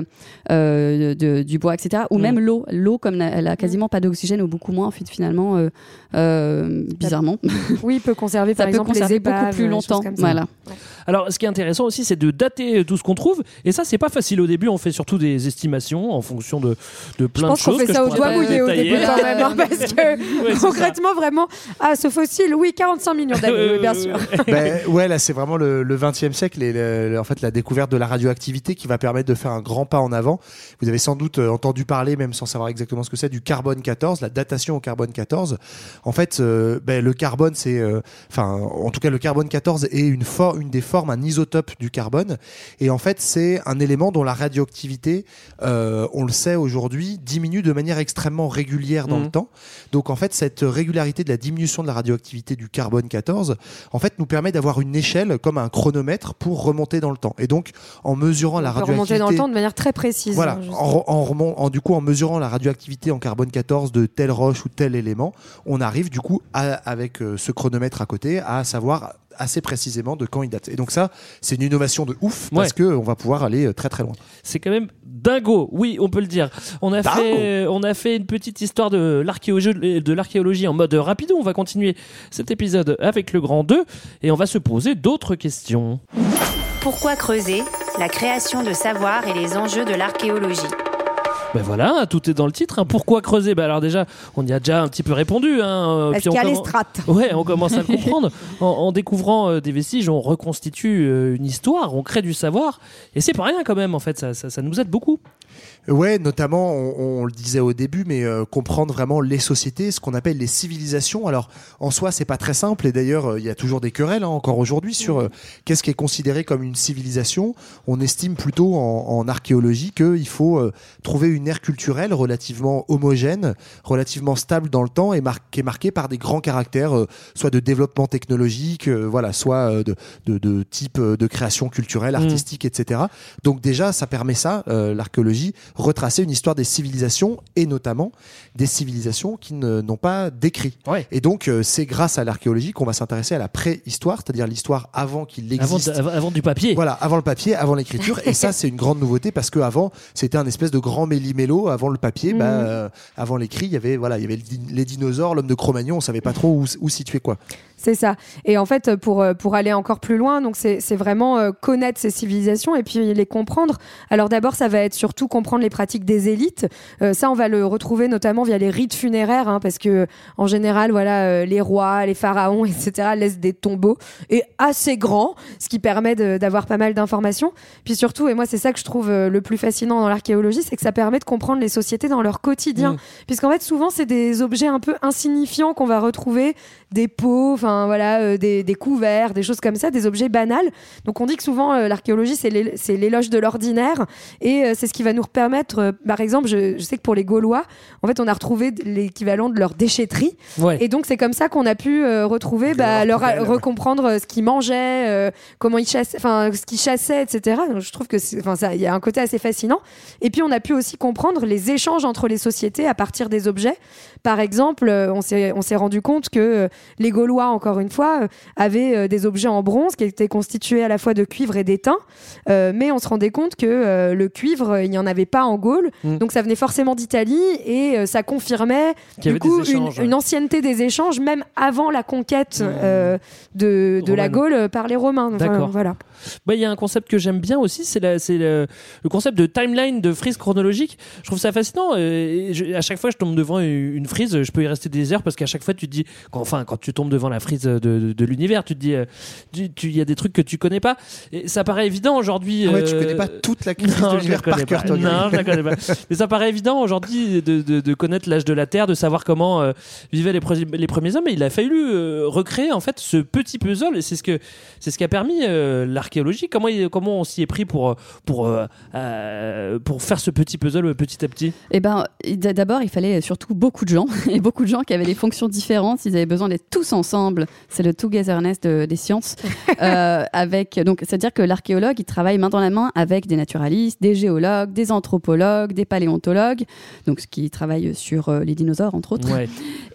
euh, de, du bois, et cetera. Ou mm. même l'eau, l'eau comme elle a quasiment pas d'oxygène ou beaucoup moins, en fait, finalement, euh, euh, bizarrement. Oui, peut conserver par ça exemple peut conserver les épaves, beaucoup plus longtemps. Voilà. Ouais. Alors, ce qui est intéressant aussi, c'est de dater tout ce qu'on trouve. Et ça, c'est pas facile au début. On fait surtout des estimations en fonction de, de plein de choses. Je pense qu'on fait ça au doigt mouillé au début quand même, hein, parce que ouais, concrètement, vraiment, ah, ce fossile, oui, quarante-cinq millions d'années, oui, bien sûr. Ben, ouais, là, c'est vraiment le, le vingtième siècle et le, en fait la découverte de la radioactivité qui va permettre de faire un grand pas en avant. Vous avez sans doute entendu parler, même sans savoir exactement ce que c'est, du carbone quatorze, la datation au carbone quatorze. En fait, euh, ben, le carbone, c'est, enfin, euh, en tout cas, le carbone quatorze est une, for- une des formes, un isotope du carbone. Et en fait, c'est un élément dont la radioactivité, euh, on le sait aujourd'hui, diminue de manière extrêmement régulière dans mmh. le temps. Donc, en fait, cette régularité de la diminution de la radioactivité du carbone quatorze, en fait, nous permet d'avoir une échelle comme un chronomètre pour remonter dans le temps. Et donc, en mesurant la radioactivité, remonter dans le temps de manière très précise. Voilà, hein, en, en, remont, en du coup, en mesurant la radioactivité en carbone quatorze de telle roche ou tel élément, on arrive du coup à, avec euh, ce chronomètre à côté à savoir assez précisément de quand il date. Et donc ça, c'est une innovation de ouf parce ouais. que on va pouvoir aller très très loin. C'est quand même dingo, oui, on peut le dire. On a dingo. fait, on a fait une petite histoire de l'archéologie, de l'archéologie en mode rapido. On va continuer cet épisode avec le grand deux et on va se poser d'autres questions. Pourquoi creuser ? La création de savoir et les enjeux de l'archéologie. Ben voilà, tout est dans le titre. Hein. Pourquoi creuser ? Ben alors déjà, on y a déjà un petit peu répondu. Hein. Parce qu'il y a les strates. Ouais, on commence à le comprendre. En, en découvrant euh, des vestiges, on reconstitue euh, une histoire, on crée du savoir. Et c'est pas rien quand même, en fait, ça, ça, ça nous aide beaucoup. Ouais, notamment, on, on le disait au début, mais euh, comprendre vraiment les sociétés, ce qu'on appelle les civilisations. Alors, en soi, c'est pas très simple, et d'ailleurs, il euh, y a toujours des querelles hein, encore aujourd'hui sur euh, qu'est-ce qui est considéré comme une civilisation. On estime plutôt en, en archéologie qu'il faut euh, trouver une ère culturelle relativement homogène, relativement stable dans le temps et mar- qui est marquée par des grands caractères, euh, soit de développement technologique, euh, voilà, soit euh, de, de, de type euh, de création culturelle, artistique, mmh. et cetera. Donc déjà, ça permet ça, euh, l'archéologie, retracer une histoire des civilisations et notamment des civilisations qui ne, n'ont pas d'écrit. Ouais. Et donc, euh, c'est grâce à l'archéologie qu'on va s'intéresser à la préhistoire, c'est-à-dire l'histoire avant qu'il existe. Avant, avant du papier. Voilà, avant le papier, avant l'écriture. Et ça, c'est une grande nouveauté parce qu'avant, c'était un espèce de grand méli-mélo. Avant le papier, mmh. bah, euh, avant l'écrit, il y avait, voilà, il y avait les dinosaures, l'homme de Cro-Magnon, on savait pas trop où, où situer quoi. C'est ça. Et en fait, pour, pour aller encore plus loin, donc c'est, c'est vraiment euh, connaître ces civilisations et puis les comprendre. Alors d'abord, ça va être surtout comprendre les pratiques des élites. Euh, ça, on va le retrouver notamment via les rites funéraires, hein, parce que en général, voilà, euh, les rois, les pharaons, et cetera laissent des tombeaux et assez grands, ce qui permet de, d'avoir pas mal d'informations. Puis surtout, et moi, c'est ça que je trouve euh, le plus fascinant dans l'archéologie, c'est que ça permet de comprendre les sociétés dans leur quotidien. Mmh. Puisqu'en fait, souvent, c'est des objets un peu insignifiants qu'on va retrouver, des pots, enfin voilà, euh, des, des couverts, des choses comme ça, des objets banals. Donc on dit que souvent euh, l'archéologie c'est, l'é- c'est l'éloge de l'ordinaire et euh, c'est ce qui va nous permettre, euh, par exemple, je, je sais que pour les Gaulois, en fait on a retrouvé l'équivalent de leur déchetterie ouais. et donc c'est comme ça qu'on a pu euh, retrouver, bah, leur, leur recomprendre euh, ce qu'ils mangeaient, euh, comment ils chassaient, enfin ce qu'ils chassaient, et cetera. Donc, je trouve que enfin ça, il y a un côté assez fascinant. Et puis on a pu aussi comprendre les échanges entre les sociétés à partir des objets. Par exemple, euh, on s'est on s'est rendu compte que euh, les Gaulois, encore une fois, euh, avaient euh, des objets en bronze qui étaient constitués à la fois de cuivre et d'étain, euh, mais on se rendait compte que euh, le cuivre, il n'y en avait pas en Gaule, mmh. donc ça venait forcément d'Italie et euh, ça confirmait du coup une, une ancienneté des échanges même avant la conquête mmh. euh, de, de la Gaule par les Romains. Donc, D'accord. Euh, voilà. Bah, y a un concept que j'aime bien aussi, c'est, la, c'est le, le concept de timeline, de frise chronologique. Je trouve ça fascinant. Et je, à chaque fois, je tombe devant une frise, je peux y rester des heures parce qu'à chaque fois, tu te dis, quand, enfin, quand tu tombes devant la frise de, de, de l'univers, tu te dis, il euh, y a des trucs que tu connais pas. Et ça paraît évident aujourd'hui. Ah ouais, euh... tu connais pas toute la crise de l'univers par cœur, toi. Non, je la connais pas. Mais ça paraît évident aujourd'hui de, de, de connaître l'âge de la Terre, de savoir comment euh, vivaient les, pre- les premiers hommes. Et il a fallu euh, recréer en fait ce petit puzzle. Et c'est ce que c'est ce qui a permis euh, l'archéologie. Comment il, comment on s'y est pris pour pour euh, euh, pour faire ce petit puzzle petit à petit? Eh ben, d'abord, il fallait surtout beaucoup de gens et beaucoup de gens qui avaient des fonctions différentes. Ils avaient besoin d'être tous ensemble. C'est le togetherness de, des sciences. euh, avec donc, c'est-à-dire que l'archéologue, il travaille main dans la main avec des naturalistes, des géologues, des anthropologues, des paléontologues, donc qui travaillent sur euh, les dinosaures entre autres. Ouais. Et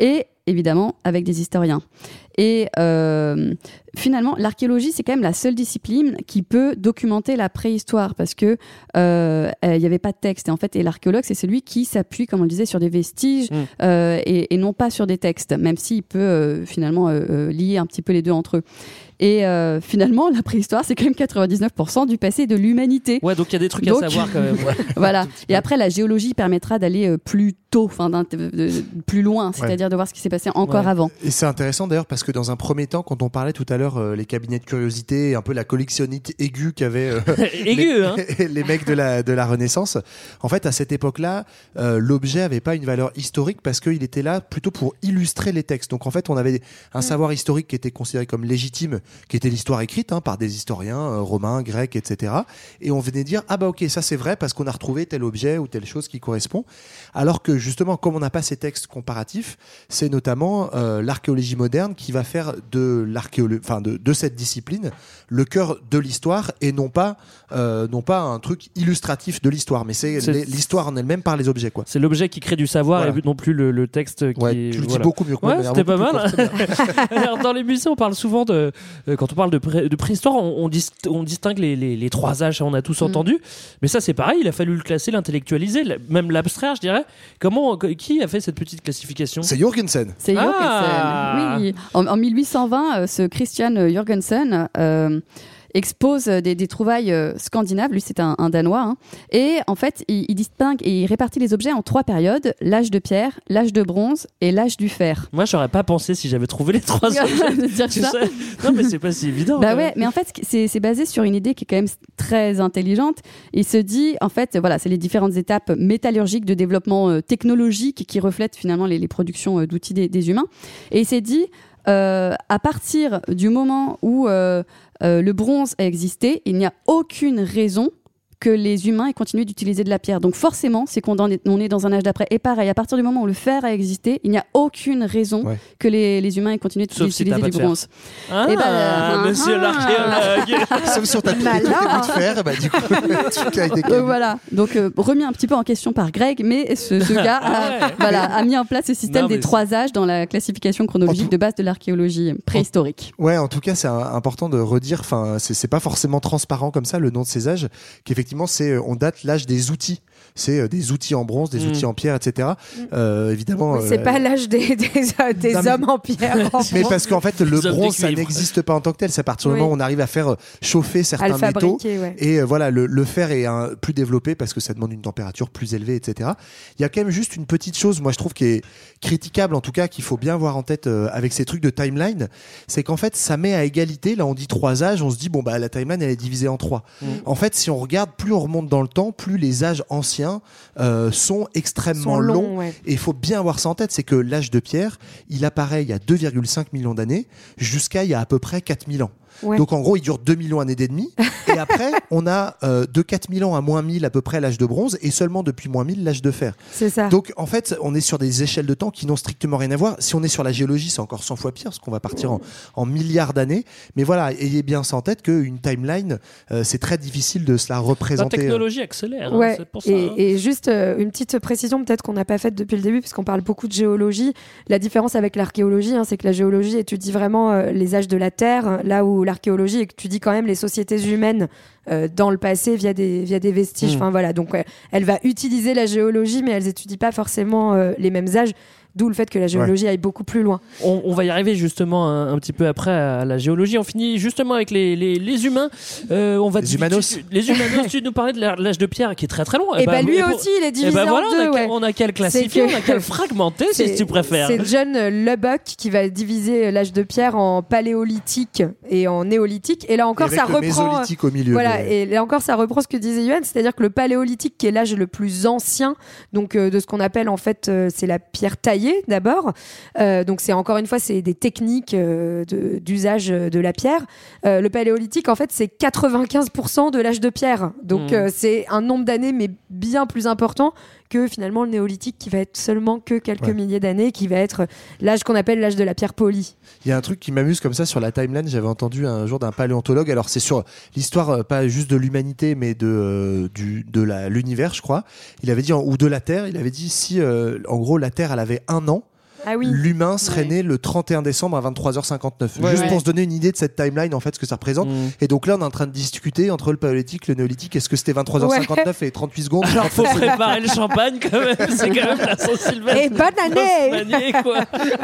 évidemment avec des historiens. Et euh, finalement, l'archéologie, c'est quand même la seule discipline qui peut documenter la préhistoire parce que euh, il n'y avait pas de texte. Et en fait, et l'archéologue, c'est celui qui s'appuie, comme on le disait, sur des vestiges mmh. euh, et, et non pas sur des textes, même s'il peut euh, finalement euh, lier un petit peu les deux entre eux. Et euh, finalement, la préhistoire, c'est quand même quatre-vingt-dix-neuf pour cent du passé de l'humanité. Ouais, donc il y a des trucs donc, à savoir quand même. Ouais. Voilà. Et après, la géologie permettra d'aller euh, plus tôt, enfin, plus loin, c'est-à-dire ouais. de voir ce qui s'est passé encore ouais. avant. Et c'est intéressant d'ailleurs parce que dans un premier temps, quand on parlait tout à l'heure, euh, les cabinets de curiosité, un peu la collectionnite aiguë qu'avaient euh, Aigu, les, hein les mecs de la, de la Renaissance, en fait, à cette époque-là, euh, l'objet n'avait pas une valeur historique parce qu'il était là plutôt pour illustrer les textes. Donc en fait, on avait un savoir historique qui était considéré comme légitime, qui était l'histoire écrite hein, par des historiens euh, romains, grecs, et cetera. Et on venait dire, ah bah ok, ça c'est vrai parce qu'on a retrouvé tel objet ou telle chose qui correspond. Alors que justement, comme on n'a pas ces textes comparatifs, c'est notamment euh, l'archéologie moderne qui va faire de l'archéologie, enfin de, de cette discipline le cœur de l'histoire et non pas, euh, non pas un truc illustratif de l'histoire, mais c'est, c'est l'histoire en elle-même par les objets, quoi. C'est l'objet qui crée du savoir voilà. et non plus le, le texte qui. Ouais, tu le voilà. dis beaucoup mieux que moi. Ouais, c'était pas mal. Alors, dans les musées, on parle souvent de euh, quand on parle de, pré, de préhistoire, on, on, dist, on distingue les, les, les trois âges, on a tous mmh. entendu. Mais ça, c'est pareil, il a fallu le classer, l'intellectualiser, même l'abstraire, je dirais. Comment, qui a fait cette petite classification ? C'est Jürgensen. C'est Jürgensen. Ah. Oui. En, en mille huit cent vingt, ce Christian Jürgensen euh, expose des, des trouvailles euh, scandinaves. Lui, c'est un, un Danois. Hein. Et en fait, il, il distingue et il répartit les objets en trois périodes : l'âge de pierre, l'âge de bronze et l'âge du fer. Moi, j'aurais pas pensé si j'avais trouvé les trois objets. dire tu ça. sais non, mais c'est pas si évident. Bah ouais, mais en fait, c'est, c'est basé sur une idée qui est quand même très intelligente. Il se dit, en fait, voilà, c'est les différentes étapes métallurgiques de développement euh, technologique qui reflètent finalement les, les productions euh, d'outils des, des humains. Et il s'est dit, euh, à partir du moment où euh, euh, le bronze a existé, il n'y a aucune raison que les humains aient continué d'utiliser de la pierre. Donc forcément, c'est qu'on est, on est dans un âge d'après. Et pareil, à partir du moment où le fer a existé, il n'y a aucune raison ouais. que les, les humains aient continué d'utiliser si du bronze. Ah, et bah, euh, monsieur ah, l'archéologue. Sauf sur ta petite bout de fer, bah, du coup, tout a été Donc voilà. Donc euh, remis un petit peu en question par Greg, mais ce, ce gars a, ouais. voilà, a mis en place ce système non, des trois âges dans la classification chronologique tout... de base de l'archéologie préhistorique. Ouais, en tout cas, c'est important de redire. Enfin, c'est, c'est pas forcément transparent comme ça le nom de ces âges, qu'effectivement c'est on date l'âge des outils. C'est euh, des outils en bronze, des mmh. outils en pierre, et cetera. Euh, évidemment. Oui, c'est euh, pas l'âge des, des, des non, hommes mais, en pierre. En mais parce qu'en fait, le bronze, ça n'existe pas en tant que tel. C'est à partir du oui. moment où on arrive à faire chauffer certains métaux. Ouais. Et euh, voilà, le, le fer est un, plus développé parce que ça demande une température plus élevée, et cetera. Il y a quand même juste une petite chose, moi je trouve, qui est critiquable, en tout cas, qu'il faut bien avoir en tête euh, avec ces trucs de timeline. C'est qu'en fait, ça met à égalité. Là, on dit trois âges. On se dit, bon, bah, la timeline, elle est divisée en trois. Mmh. En fait, si on regarde, plus on remonte dans le temps, plus les âges anciens euh, sont extrêmement sont longs. longs ouais. Et il faut bien avoir ça en tête, c'est que l'âge de pierre, il apparaît il y a deux virgule cinq millions d'années jusqu'à il y a à peu près quatre mille ans. Ouais. Donc en gros, il dure deux millions d'années et demie. Et après, on a euh, de quatre mille ans à moins mille à peu près l'âge de bronze et seulement depuis moins mille l'âge de fer. C'est ça. Donc en fait, on est sur des échelles de temps qui n'ont strictement rien à voir. Si on est sur la géologie, c'est encore cent fois pire parce qu'on va partir en, en milliards d'années. Mais voilà, ayez bien ça en tête qu'une timeline, euh, c'est très difficile de se la représenter. La technologie accélère. Ouais. Hein, c'est pour ça, et, hein. et juste euh, une petite précision peut-être qu'on n'a pas faite depuis le début puisqu'on parle beaucoup de géologie. La différence avec l'archéologie, hein, c'est que la géologie étudie vraiment euh, les âges de la Terre, là où l'archéologie étudie quand même les sociétés humaines euh, dans le passé via des, via des vestiges. Mmh. Enfin, voilà. Donc, euh, elle va utiliser la géologie, mais elles n'étudient pas forcément euh, les mêmes âges. D'où le fait que la géologie ouais. aille beaucoup plus loin. On, on va y arriver justement un, un petit peu après à la géologie. On finit justement avec les, les, les humains. Euh, on va les humanos. Tu, les humanos, tu nous parlais de l'âge de pierre qui est très très long. Et, et bah, bah lui et aussi, il est divisé bah, en voilà, deux. On a, ouais. on a qu'à le classifier, que... on a qu'à le fragmenter si tu préfères. C'est John Lubbock qui va diviser l'âge de pierre en paléolithique et en néolithique. Et là encore, et ça le reprend. Mésolithique au milieu. Voilà. Mais... Et là encore, ça reprend ce que disait Yoann, c'est-à-dire que le paléolithique, qui est l'âge le plus ancien, donc euh, de ce qu'on appelle en fait, euh, c'est la pierre taillée d'abord. Euh, donc c'est encore une fois c'est des techniques euh, de, d'usage de la pierre. Euh, le paléolithique en fait c'est quatre-vingt-quinze pour cent de l'âge de pierre. Donc mmh. euh, c'est un nombre d'années mais bien plus important que finalement le néolithique qui va être seulement que quelques ouais. milliers d'années, qui va être l'âge qu'on appelle l'âge de la pierre polie. Il y a un truc qui m'amuse comme ça sur la timeline, j'avais entendu un jour d'un paléontologue, alors c'est sur l'histoire euh, pas juste de l'humanité mais de, euh, du, de la, l'univers je crois, il avait dit, ou de la Terre, il avait dit si euh, en gros la Terre elle avait un an, ah oui. l'humain serait Ouais. né le trente et un décembre à vingt-trois heures cinquante-neuf. Ouais, Juste ouais. pour se donner une idée de cette timeline, en fait, ce que ça représente. Mm. Et donc là, on est en train de discuter entre le paléolithique, le néolithique. Est-ce que c'était vingt-trois heures cinquante-neuf et trente-huit secondes? Alors faut préparer le champagne quand même, c'est quand même la Saint-Sylvestre. Et bonne année. Grosse maniée, quoi.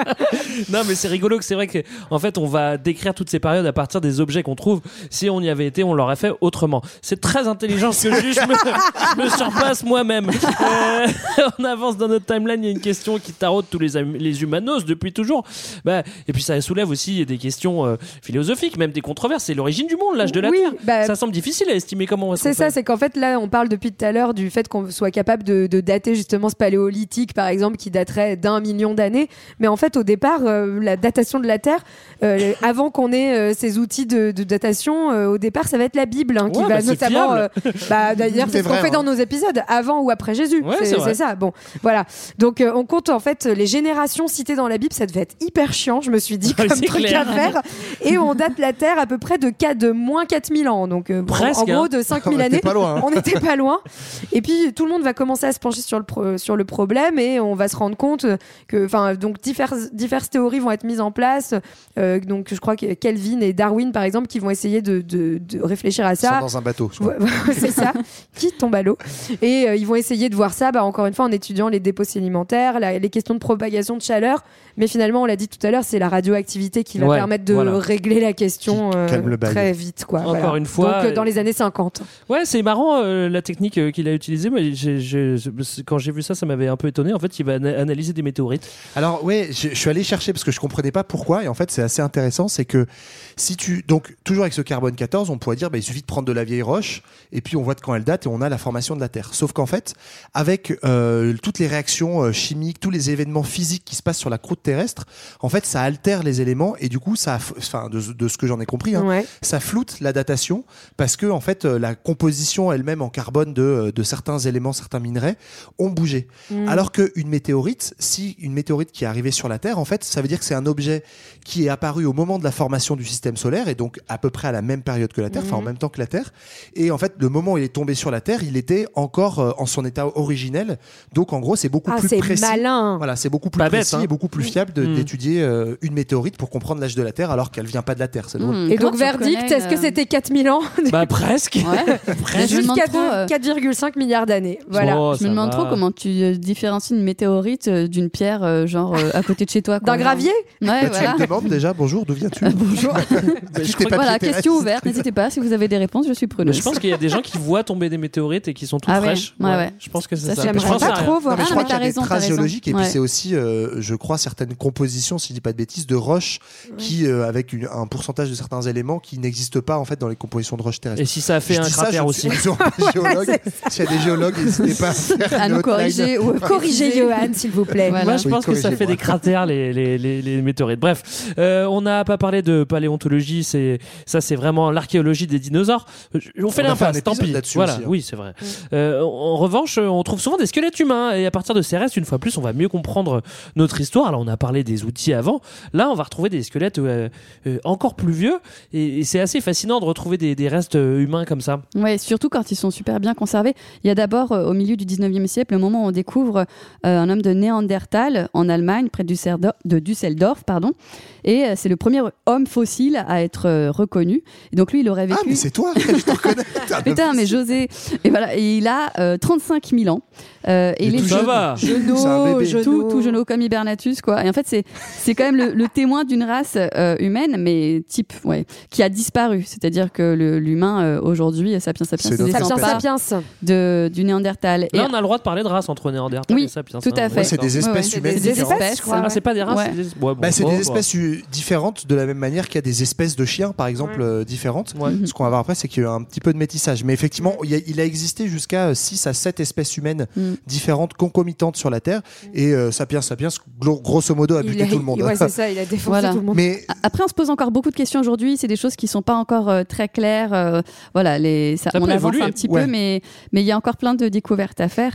Non mais c'est rigolo que c'est vrai que en fait on va décrire toutes ces périodes à partir des objets qu'on trouve. Si on y avait été, on l'aurait fait autrement. C'est très intelligent ce que je dis, je me, je me surpasse moi-même. Euh, on avance dans notre timeline, il y a une question qui taraude tous les, am- les humanos depuis toujours. Bah, et puis ça soulève aussi des questions euh, philosophiques, même des controverses. C'est l'origine du monde, l'âge de la Oui, Terre. bah, Ça semble difficile à estimer comment est-ce C'est qu'on ça, fait. c'est qu'en fait là on parle depuis tout à l'heure du fait qu'on soit capable de, de dater justement ce paléolithique par exemple qui daterait d'un million d'années, mais en fait au départ euh, la datation de la Terre, euh, avant qu'on ait euh, ces outils de, de datation, euh, au départ ça va être la Bible hein, qui Ouais, va bah, c'est notamment, fiable. euh, bah, d'ailleurs C'est c'est ce qu'on vrai, fait hein. dans nos épisodes, avant ou après Jésus, Ouais, c'est, c'est vrai. c'est ça. Bon, voilà. Donc euh, on compte en fait les générations citées dans la Bible, ça devait être hyper chiant, je me suis dit Ouais, comme c'est truc clair. à faire, et on date la Terre à peu près de cas de moins quatre mille ans, donc euh, bon, Presque, en gros hein. de cinq On mille était années. pas loin, hein. On n'était pas loin. Et puis tout le monde va commencer à se pencher sur le pro- sur le problème et on va se rendre compte que, enfin, donc diverses diverses théories vont être mises en place. Euh, donc je crois que Kelvin et Darwin par exemple qui vont essayer de, de, de réfléchir à Ils sont ça. dans un bateau. je crois. Ouais, c'est ça, qui tombe à l'eau. Et euh, ils vont essayer de voir ça, bah, encore une fois, en étudiant les dépôts sédimentaires, la- les questions de propagation de chaleur. Mais finalement, on l'a dit tout à l'heure, c'est la radioactivité qui va Ouais, permettre de voilà. régler la question Qui euh, calme le bail. très vite. Quoi, Encore voilà. une fois, Donc, euh, dans euh, les années cinquante. Ouais, c'est marrant euh, la technique euh, qu'il a utilisée. Moi, j'ai- j'ai- quand j'ai vu ça, ça m'avait un peu étonné. En fait, il va ana- analyser des météorites. Alors ouais, je, je suis allé chercher parce que je comprenais pas pourquoi et en fait c'est assez intéressant, c'est que si tu donc toujours avec ce carbone quatorze, on pourrait dire bah, il suffit de prendre de la vieille roche et puis on voit de quand elle date et on a la formation de la Terre. Sauf qu'en fait, avec euh, toutes les réactions euh, chimiques, tous les événements physiques qui se passent sur la croûte terrestre, en fait ça altère les éléments et du coup ça, enfin de, de ce que j'en ai compris, hein, Ouais. ça floute la datation parce que en fait euh, la composition elle-même en carbone de, de certains éléments, certains minerais ont bougé. Mm. Alors qu'une météorite, si une météorite qui est arrivée sur la Terre, en fait, ça veut dire que c'est un objet qui est apparu au moment de la formation du système solaire et donc à peu près à la même période que la Terre, enfin Mhm. en même temps que la Terre. Et en fait, le moment où il est tombé sur la Terre, il était encore euh, en son état originel. Donc en gros, c'est beaucoup Ah, plus c'est précis. malin. Voilà, c'est beaucoup plus Pas bête, précis hein. et beaucoup plus fiable de- Mhm. d'étudier euh, une météorite pour comprendre l'âge de la Terre alors qu'elle vient pas de la Terre. C'est drôle. Hmm, Et comment donc, tu verdict, reconnais, est-ce que euh, c'était quatre mille ans Bah presque. Ouais. Je me demande Jusqu'à trop, euh, quatre virgule cinq milliards d'années. Voilà. Oh, je me ça demande va. trop comment tu euh, différencies une météorite euh, d'une pierre, euh, genre euh, à côté de chez toi. quoi. D'un gravier Ouais, Bah, voilà. Tu me demandes déjà, bonjour, d'où viens-tu Bonjour. Qui je t'es crois papier Voilà, terrestre question ouverte. N'hésitez pas si vous avez des réponses, je suis Mais preneuse. je pense qu'il y a des gens qui voient tomber des météorites et qui sont toutes Ah ouais, fraîches. ouais, ouais. Je pense que c'est Ça, ça. j'aimerais Je pense pas à rien. trop voir. Non, mais Ah, je crois mais qu'il y a t'as des raison, t'as traces raison. géologiques et Ouais. puis c'est aussi, euh, je crois, certaines compositions, si je dis pas de bêtises, de roches qui, euh, avec une- un pourcentage de certains éléments qui n'existent pas en fait dans les compositions de roches terrestres. Et si ça a fait Je un dis ça, cratère je ne aussi. suis absolument pas géologue. S'il y a des géologues, n'hésitez pas à faire À une nous hotline. corriger ou Corrigez Johan, s'il vous plaît. Voilà. Moi, je Oui, pense que ça fait corrigez-moi. des cratères, les, les, les, les météorites. Bref, euh, on n'a pas parlé de paléontologie. C'est, ça, c'est vraiment l'archéologie des dinosaures. Euh, On fait On a l'impasse, fait un tant épisode pis. là-dessus Voilà, aussi, hein. oui, c'est vrai. Euh, en revanche, on trouve souvent des squelettes humains. Et à partir de ces restes, une fois plus, on va mieux comprendre notre histoire. Alors, on a parlé des outils avant. Là, on va retrouver des squelettes euh, euh, encore plus vieux. Et, et c'est assez fascinant de retrouver des, des restes euh, humains comme ça. Ouais, surtout quand ils sont super bien conservés. Il y a d'abord, euh, au milieu du dix-neuvième siècle, le moment où on découvre euh, un homme de Néandertal en Allemagne, près de Düsseldorf, de Düsseldorf pardon. Et euh, c'est le premier homme fossile à être euh, reconnu. Et donc lui, il aurait vécu. Ah, mais c'est toi, je te reconnais. Putain, Putain, mais José. Et voilà, et il a euh, trente-cinq mille ans. Euh, et Il est les tout Ça jeune. va. C'est un Genou, bébé. genou. tout, tout genou comme Hibernatus, quoi. Et en fait, c'est, c'est quand même le, le témoin d'une race euh, humaine, mais type, ouais, qui a disparu. C'est-à-dire que le, l'humain, euh, aujourd'hui, sapiens sapiens, C'est se notre descend Sapiens pas sapiens. de, du Néandertal. Et Là, on a le droit de parler de race entre Néandertal Oui, et Sapiens. tout à hein. fait. Ouais, c'est des Ouais, ouais, espèces c'est humaines des différentes. espèces, je crois. Ah, c'est pas des races. Ouais. c'est des... Ouais, bon, Bah, c'est bon, des bon. espèces euh, différentes de la même manière qu'il y a des espèces de chiens, par exemple, Ouais. euh, différentes. Ouais. Ce qu'on va voir après, c'est qu'il y a eu un petit peu de métissage. Mais effectivement, il, y a, il a existé jusqu'à six à sept espèces humaines Mm. différentes, concomitantes sur la Terre. Et euh, Sapiens Sapiens, glo- grosso modo, a Il buté a- tout le monde. Ouais, c'est ça, il a défoncé Voilà. tout le monde. Mais Après, on se pose encore beaucoup de questions aujourd'hui. C'est des choses qui sont pas encore euh, très claires. euh, voilà, les, ça, Ça on peut avance évoluer. un petit Ouais. peu, mais mais il y a encore plein de découvertes à faire.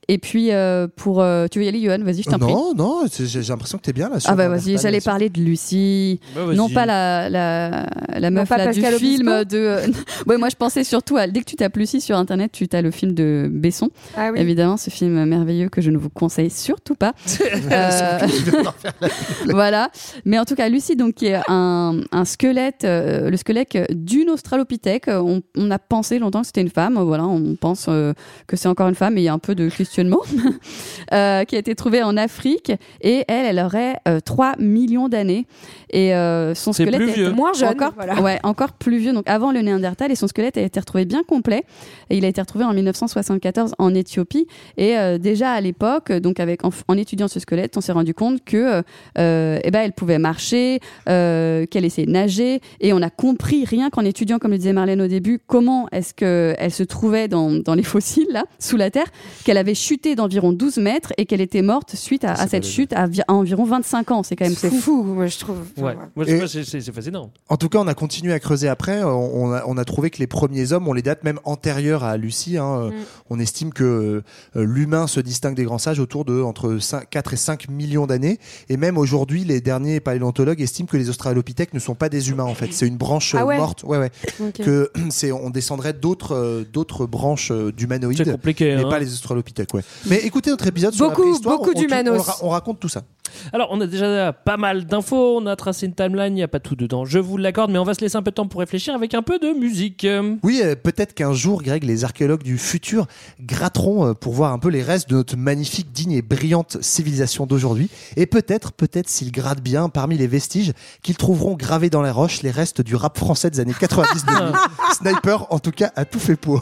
Et puis, euh, pour. Euh, tu veux y aller, Yoann? Vas-y, je t'en prie. Non, non, j'ai l'impression que t'es bien là. Sur ah, bah vas-y, j'allais parler de Lucie. Bah, non pas la, la, la meuf là, du film de. ouais, moi, je pensais surtout à. Dès que tu tapes Lucie sur Internet, tu as le film de Besson. Ah, oui. Évidemment, ce film merveilleux que je ne vous conseille surtout pas. euh... voilà. Mais en tout cas, Lucie, donc, qui est un, un squelette, euh, le squelette d'une australopithèque. On, on a pensé longtemps que c'était une femme. Voilà, on pense euh, que c'est encore une femme, mais il y a un peu de questionnement. euh, qui a été trouvée en Afrique. Et elle, elle aurait euh, trois millions d'années. Et euh, son c'est squelette plus vieux. est moins jeune. Encore, voilà. ouais, encore plus vieux. Donc avant le Néandertal. Et son squelette a été retrouvé bien complet. Et il a été retrouvé en mille neuf cent soixante-quatorze en Éthiopie. Et euh, déjà à l'époque, donc avec en, en étudiant ce squelette, on s'est rendu compte que, euh, eh ben, elle pouvait marcher, euh, qu'elle essayait de nager, et on a compris rien qu'en étudiant, comme le disait Marlène au début, comment est-ce que elle se trouvait dans, dans les fossiles là, sous la terre, qu'elle avait chuté d'environ douze mètres et qu'elle était morte suite à, à cette chute à, à environ vingt-cinq ans. C'est quand même c'est fou. fou, moi je trouve. Ouais. Moi, je trouve c'est, c'est, c'est fascinant. En tout cas, on a continué à creuser après. On a, on a trouvé que les premiers hommes, on les date même antérieures à Lucie. Hein. Mm. On estime que euh, l'humain se distingue des grands sages autour de entre cinq, quatre et cinq millions d'années. Et même aujourd'hui, les derniers paléontologues estiment que les australopithèques ne sont pas des humains en fait. C'est une branche ah ouais morte. Ouais, ouais. Okay. Que c'est, on descendrait d'autres, euh, d'autres branches euh, d'humanoïdes. C'est compliqué, mais hein. pas les australopithèques. Ouais. Mais écoutez notre épisode sur beaucoup, la préhistoire. Beaucoup on, d'humanos. On, on, on raconte tout ça. Alors, on a déjà pas mal d'infos, on a tracé une timeline, il n'y a pas tout dedans, je vous l'accorde, mais on va se laisser un peu de temps pour réfléchir avec un peu de musique. Oui, euh, peut-être qu'un jour, Greg, les archéologues du futur gratteront euh, pour voir un peu les restes de notre magnifique, digne et brillante civilisation d'aujourd'hui. Et peut-être, peut-être s'ils grattent bien, parmi les vestiges, qu'ils trouveront gravés dans la roche les restes du rap français des années quatre-vingt-dix. Sniper, en tout cas, a tout fait pour.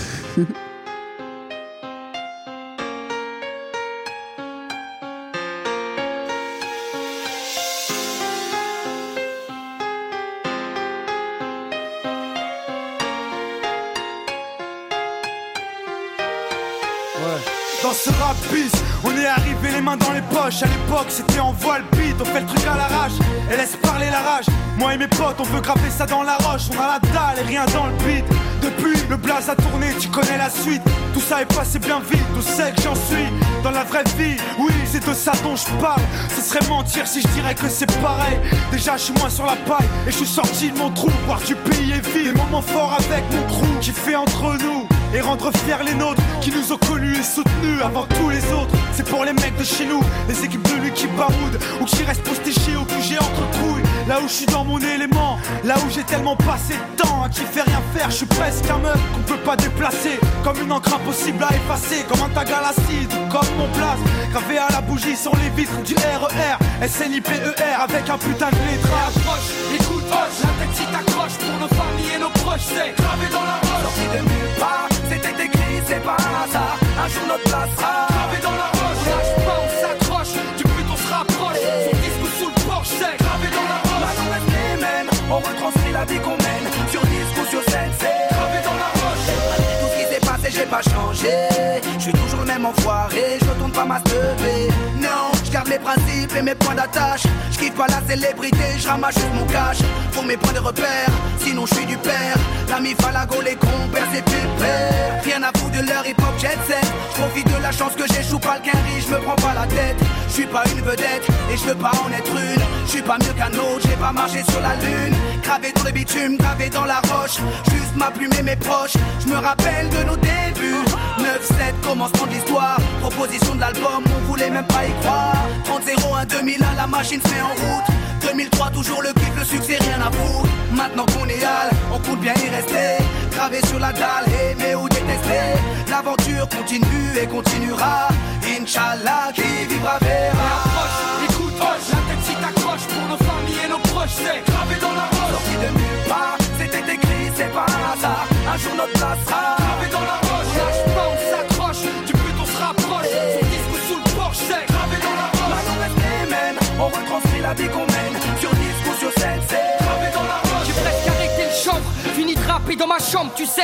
Dans ce rap bis, on est arrivé les mains dans les poches. À l'époque c'était en voile beat, on fait le truc à l'arrache et laisse parler la rage. Moi et mes potes on veut graver ça dans la roche. On a la dalle et rien dans le beat. Depuis le blaze a tourné, tu connais la suite. Tout ça est passé bien vite, où c'est que j'en suis dans la vraie vie, oui c'est de ça dont je parle. Ce serait mentir si je dirais que c'est pareil. Déjà je suis moins sur la paille et je suis sorti de mon trou. Voir du pays et vivre des moments forts avec mon crew qui fait entre nous et rendre fiers les nôtres qui nous ont connus et soutenus avant tous les autres. C'est pour les mecs de chez nous, les équipes de lui qui baroudent ou qui restent postichés au Q G entre couilles. Là où je suis dans mon élément, là où j'ai tellement passé de temps à qui fait rien faire. Je suis presque un meuf qu'on peut pas déplacer, comme une encre impossible à effacer, comme un tag à l'acide ou comme mon place gravé à la bougie sur les vitres du R E R S N I P E R avec un putain de lettrage. Approche, écoute, hoche, la tête si t'accroche pour nos familles et nos proches, c'est gravé dans la roche. Sorti de nulle part, c'était écrit, c'est pas un hasard. Un jour notre place sera gravé dans la roche. On lâche pas, on s'accroche, du but on se rapproche. Son disque sous le porche, c'est gravé dans la roche. Maintenant on reste les mêmes, on retranscrit la vie qu'on mène. Sur disque ou sur scène, c'est gravé dans la roche. Tout ce qui s'est passé, j'ai pas changé. Je suis toujours le même enfoiré, je retourne pas ma lever. Non, je garde mes principes et mes points d'attache. Je kiffe pas la célébrité, je ramasse juste mon cash. Pour mes points de repère, sinon je suis du père. L'ami Falago, les compères, c'est pépère. Rien à foutre de leur hip-hop jet set. Je profite de la chance que j'échoue pas le quinri, je me prends pas la tête. Je suis pas une vedette et je veux pas en être une. Je suis pas mieux qu'un autre, j'ai pas marché sur la lune. Gravé dans le bitume, gravé dans la roche. Juste ma plume et mes proches, je me rappelle de nos débuts. neuf sept, commencement de l'histoire. Proposition de l'album, on voulait même pas y croire. trente zéro un deux mille un, la machine se met en route. deux mille trois, toujours le kiff, le succès, rien à foutre. Maintenant qu'on est hal, on compte bien y rester. Gravé sur la dalle, aimer ou détester. L'aventure continue et continuera. Inch'Allah, qui vivra verra. Approche, écoute, hoche, la tête si t'accroche. Pour nos familles et nos proches, c'est gravé dans la roche. Sorti de nulle part, c'était écrit, c'est pas un hasard. Un jour notre place sera gravé dans la roche. On lâche pas, on s'accroche, du but on se rapproche. Son disque sous le porche, c'est gravé dans la roche. Maintenant on reste les mêmes, on retranscrit la vie qu'on mène. Sur disque ou sur scène, c'est gravé dans la roche. J'ai presque arrêté le chanvre, fini de rapper dans ma chambre, tu sais. Tout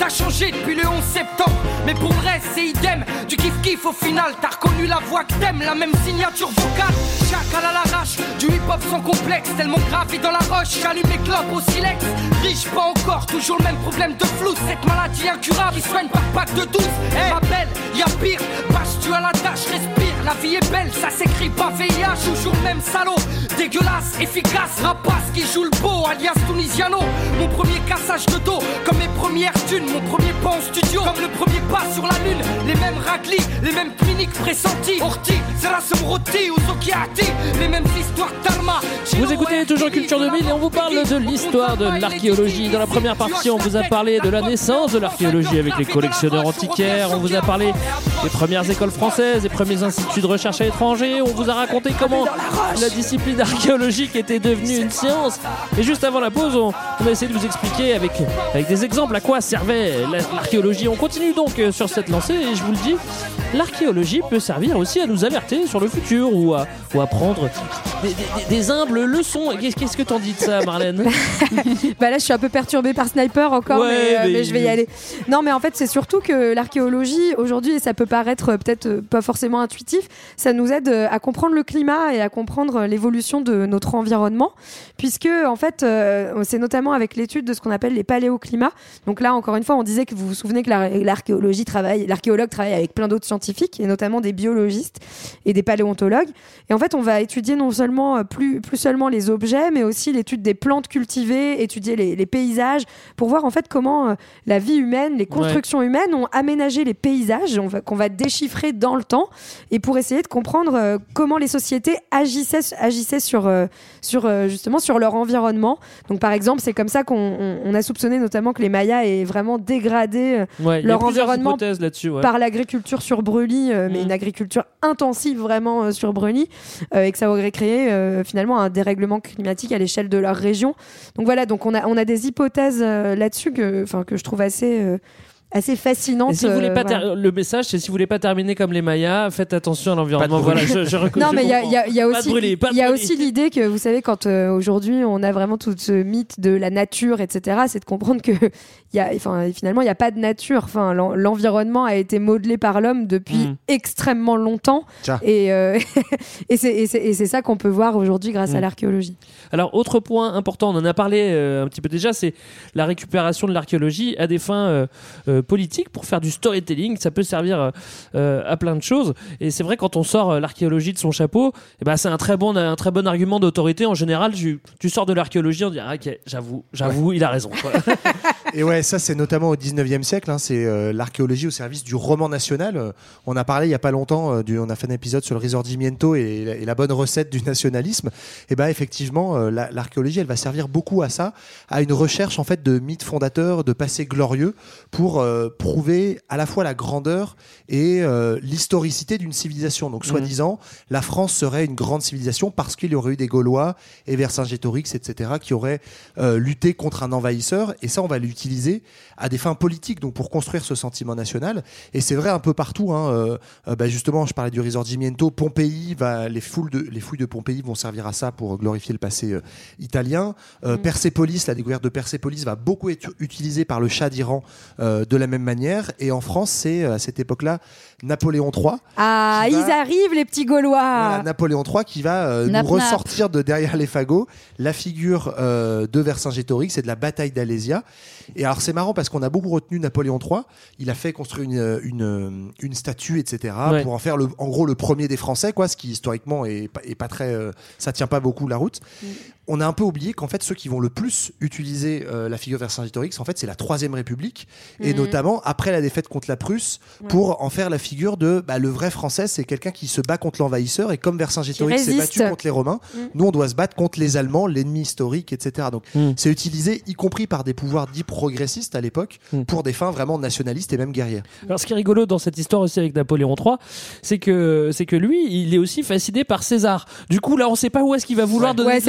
T'as changé depuis le onze septembre, mais pour vrai c'est idem. Du kiff-kiff au final, t'as reconnu la voix que t'aimes, la même signature vocale. Chacal à l'arrache, du hip-hop sans complexe, tellement gravé dans la roche. J'allume les clopes au silex, riche pas encore, toujours le même problème de flou. Cette maladie incurable, il soigne par pack de douze. Hey, ma belle, y'a pire, bâche tu à la tâche, respire. La vie est belle, ça s'écrit pas V I H, toujours le même salaud. Dégueulasse, efficace, rapace qui joue le beau, alias Tunisiano. Mon premier cassage de dos, comme mes premières thunes. Mon premier pas en studio, comme le premier pas sur la lune. Les mêmes raglis, les mêmes cliniques pressentis. Orti, Zerasum Roti ou Zokiati, les mêmes histoires d'Arma. Vous écoutez toujours Culture deux mille et on vous parle de l'histoire de l'archéologie. Dans la première partie, on vous a parlé de la naissance de l'archéologie avec les collectionneurs antiquaires. On vous a parlé des premières écoles françaises, des premiers instituts de recherche à l'étranger. On vous a raconté comment la discipline archéologique était devenue une science. Et juste avant la pause, on, on a essayé de vous expliquer avec, avec des exemples à quoi servait l'archéologie. On continue donc sur cette lancée et je vous le dis, l'archéologie peut servir aussi à nous alerter sur le futur ou à, ou à prendre des, des, des humbles leçons. Qu'est-ce que t'en dis de ça, Marlène? Bah là, je suis un peu perturbée par Sniper encore, ouais, mais, euh, mais... mais je vais y aller. Non, mais en fait, c'est surtout que l'archéologie, aujourd'hui, et ça peut paraître euh, peut-être euh, pas forcément intuitif, ça nous aide euh, à comprendre le climat et à comprendre l'évolution de notre environnement, puisque, en fait, euh, c'est notamment avec l'étude de ce qu'on appelle les paléoclimats. Donc là, encore une fois, on disait que vous vous souvenez que la, l'archéologie travaille, l'archéologue travaille avec plein d'autres scientifiques, et notamment des biologistes et des paléontologues. Et en fait, on va étudier non seulement, plus, plus seulement les objets, mais aussi l'étude des plantes cultivées, étudier les, les paysages, pour voir en fait comment euh, la vie humaine, les constructions ouais. humaines ont aménagé les paysages on va, qu'on va déchiffrer dans le temps, et pour essayer de comprendre euh, comment les sociétés agissaient, agissaient sur, euh, sur, euh, justement sur leur environnement. Donc par exemple, c'est comme ça qu'on on, on a soupçonné notamment que les Mayas aient vraiment dégradé euh, ouais, leur environnement ouais. par l'agriculture sur brûlis, euh, mmh. mais une agriculture intensive vraiment euh, sur brûlis, euh, et que ça aurait créé euh, finalement un dérèglement climatique à l'échelle de leur région. Donc voilà, donc on a, on a des hypothèses euh, là-dessus que, que je trouve assez... Euh, assez fascinante. Et si vous voulez pas euh, ter- voilà. Le message, c'est si vous voulez pas terminer comme les Mayas, faites attention à l'environnement. Voilà, je, je reconnais. Non, mais il y a, y a, y a aussi, brûler, il y a aussi l'idée que vous savez, quand euh, aujourd'hui on a vraiment tout ce mythe de la nature, et cetera, c'est de comprendre que il y a, enfin, finalement, il n'y a pas de nature. Enfin, l'en- l'environnement a été modelé par l'homme depuis mmh. extrêmement longtemps. Tiens. Et, euh, et, c'est, et, c'est, et c'est ça qu'on peut voir aujourd'hui grâce mmh. à l'archéologie. Alors, autre point important, on en a parlé euh, un petit peu déjà, c'est la récupération de l'archéologie à des fins euh, euh, politique pour faire du storytelling. Ça peut servir euh, à plein de choses, et c'est vrai, quand on sort euh, l'archéologie de son chapeau, et ben c'est un très bon un très bon argument d'autorité. En général, tu, tu sors de l'archéologie, on dit ah, ok, j'avoue j'avoue ouais. il a raison quoi. Et ouais, ça c'est notamment au dix-neuvième siècle, hein, c'est euh, l'archéologie au service du roman national. Euh, on a parlé il y a pas longtemps euh, du, on a fait un épisode sur le Risorgimento et, et la bonne recette du nationalisme. Et ben effectivement euh, la, l'archéologie elle va servir beaucoup à ça, à une recherche en fait de mythes fondateurs, de passé glorieux, pour euh, prouver à la fois la grandeur et euh, l'historicité d'une civilisation. Donc, soi-disant, mmh. la France serait une grande civilisation parce qu'il y aurait eu des Gaulois et Vercingétorix, et cetera, qui auraient euh, lutté contre un envahisseur. Et ça, on va l'utiliser à des fins politiques, donc pour construire ce sentiment national. Et c'est vrai un peu partout. Hein, euh, euh, bah justement, je parlais du Risorgimento. Pompéi, va, les, foules de, les fouilles de Pompéi vont servir à ça pour glorifier le passé euh, italien. Euh, mmh. Persépolis, la découverte de Persépolis va beaucoup être utilisée par le Shah d'Iran euh, de la même manière. Et en France, c'est à cette époque-là Napoléon trois. Ah, ils va... arrivent, les petits Gaulois. Voilà, Napoléon trois qui va euh, nous ressortir de derrière les fagots la figure euh, de Vercingétorix et de la bataille d'Alésia. Et alors c'est marrant parce qu'on a beaucoup retenu Napoléon trois. Il a fait construire une, une, une statue, et cetera, ouais. pour en faire le, en gros le premier des Français, quoi, ce qui historiquement est, est pas très, euh, ça tient pas beaucoup la route. Mm. On a un peu oublié qu'en fait ceux qui vont le plus utiliser euh, la figure Vercingétorix, en fait c'est la Troisième République, mm. et notamment après la défaite contre la Prusse, ouais. pour en faire la figure de bah, le vrai Français, c'est quelqu'un qui se bat contre l'envahisseur, et comme Vercingétorix s'est battu contre les Romains, mm. nous on doit se battre contre les Allemands, l'ennemi historique, et cetera. Donc mm. c'est utilisé y compris par des pouvoirs dits progressistes à l'époque, mm. pour des fins vraiment nationalistes et même guerrières. Alors ce qui est rigolo dans cette histoire aussi avec Napoléon trois, c'est que, c'est que lui, il est aussi fasciné par César. Du coup là on sait pas où est-ce qu'il va vouloir ouais. donner ouais, c'est compliqué.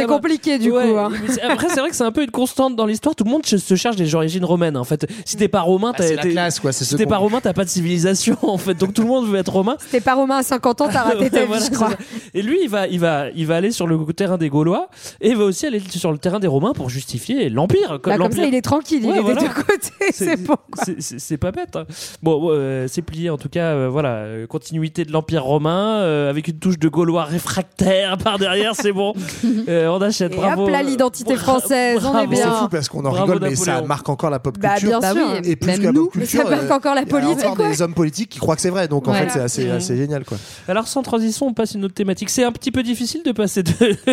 compliqué du ouais, coup. Hein. C'est, après, c'est vrai que c'est un peu une constante dans l'histoire. Tout le monde se charge des origines romaines. En fait, si t'es pas romain, ah, t'as, c'est la classe, quoi. C'est si t'es pas romain, t'as pas de civilisation. En fait, donc tout le monde veut être romain. Si t'es pas romain à cinquante ans, t'as raté ta vie, voilà, je crois. Et lui, il va, il va, il va aller sur le terrain des Gaulois et il va aussi aller sur le terrain des Romains pour justifier l'empire. Comme, bah, l'empire. comme ça, il est tranquille. Ouais, il voilà. est des deux côtés. C'est, c'est bon. Quoi. C'est, c'est, c'est pas bête. Hein. Bon, euh, c'est plié en tout cas. Euh, voilà, continuité de l'empire romain euh, avec une touche de Gaulois réfractaires par derrière. C'est bon. Euh, on achète. Et Bravo. hop là, l'identité française. Bravo. On est bien. C'est fou parce qu'on en Bravo rigole, mais Napoléon. ça marque encore la pop Bah, culture. bien sûr. Et, et plus Même que la nous, pop culture, ça marque euh, encore la il y a politique. encore des hommes politiques qui croient que c'est vrai. Donc en ouais. fait, c'est assez, Mmh. assez génial, quoi. Alors sans transition, on passe à une autre thématique. C'est un petit peu difficile de passer de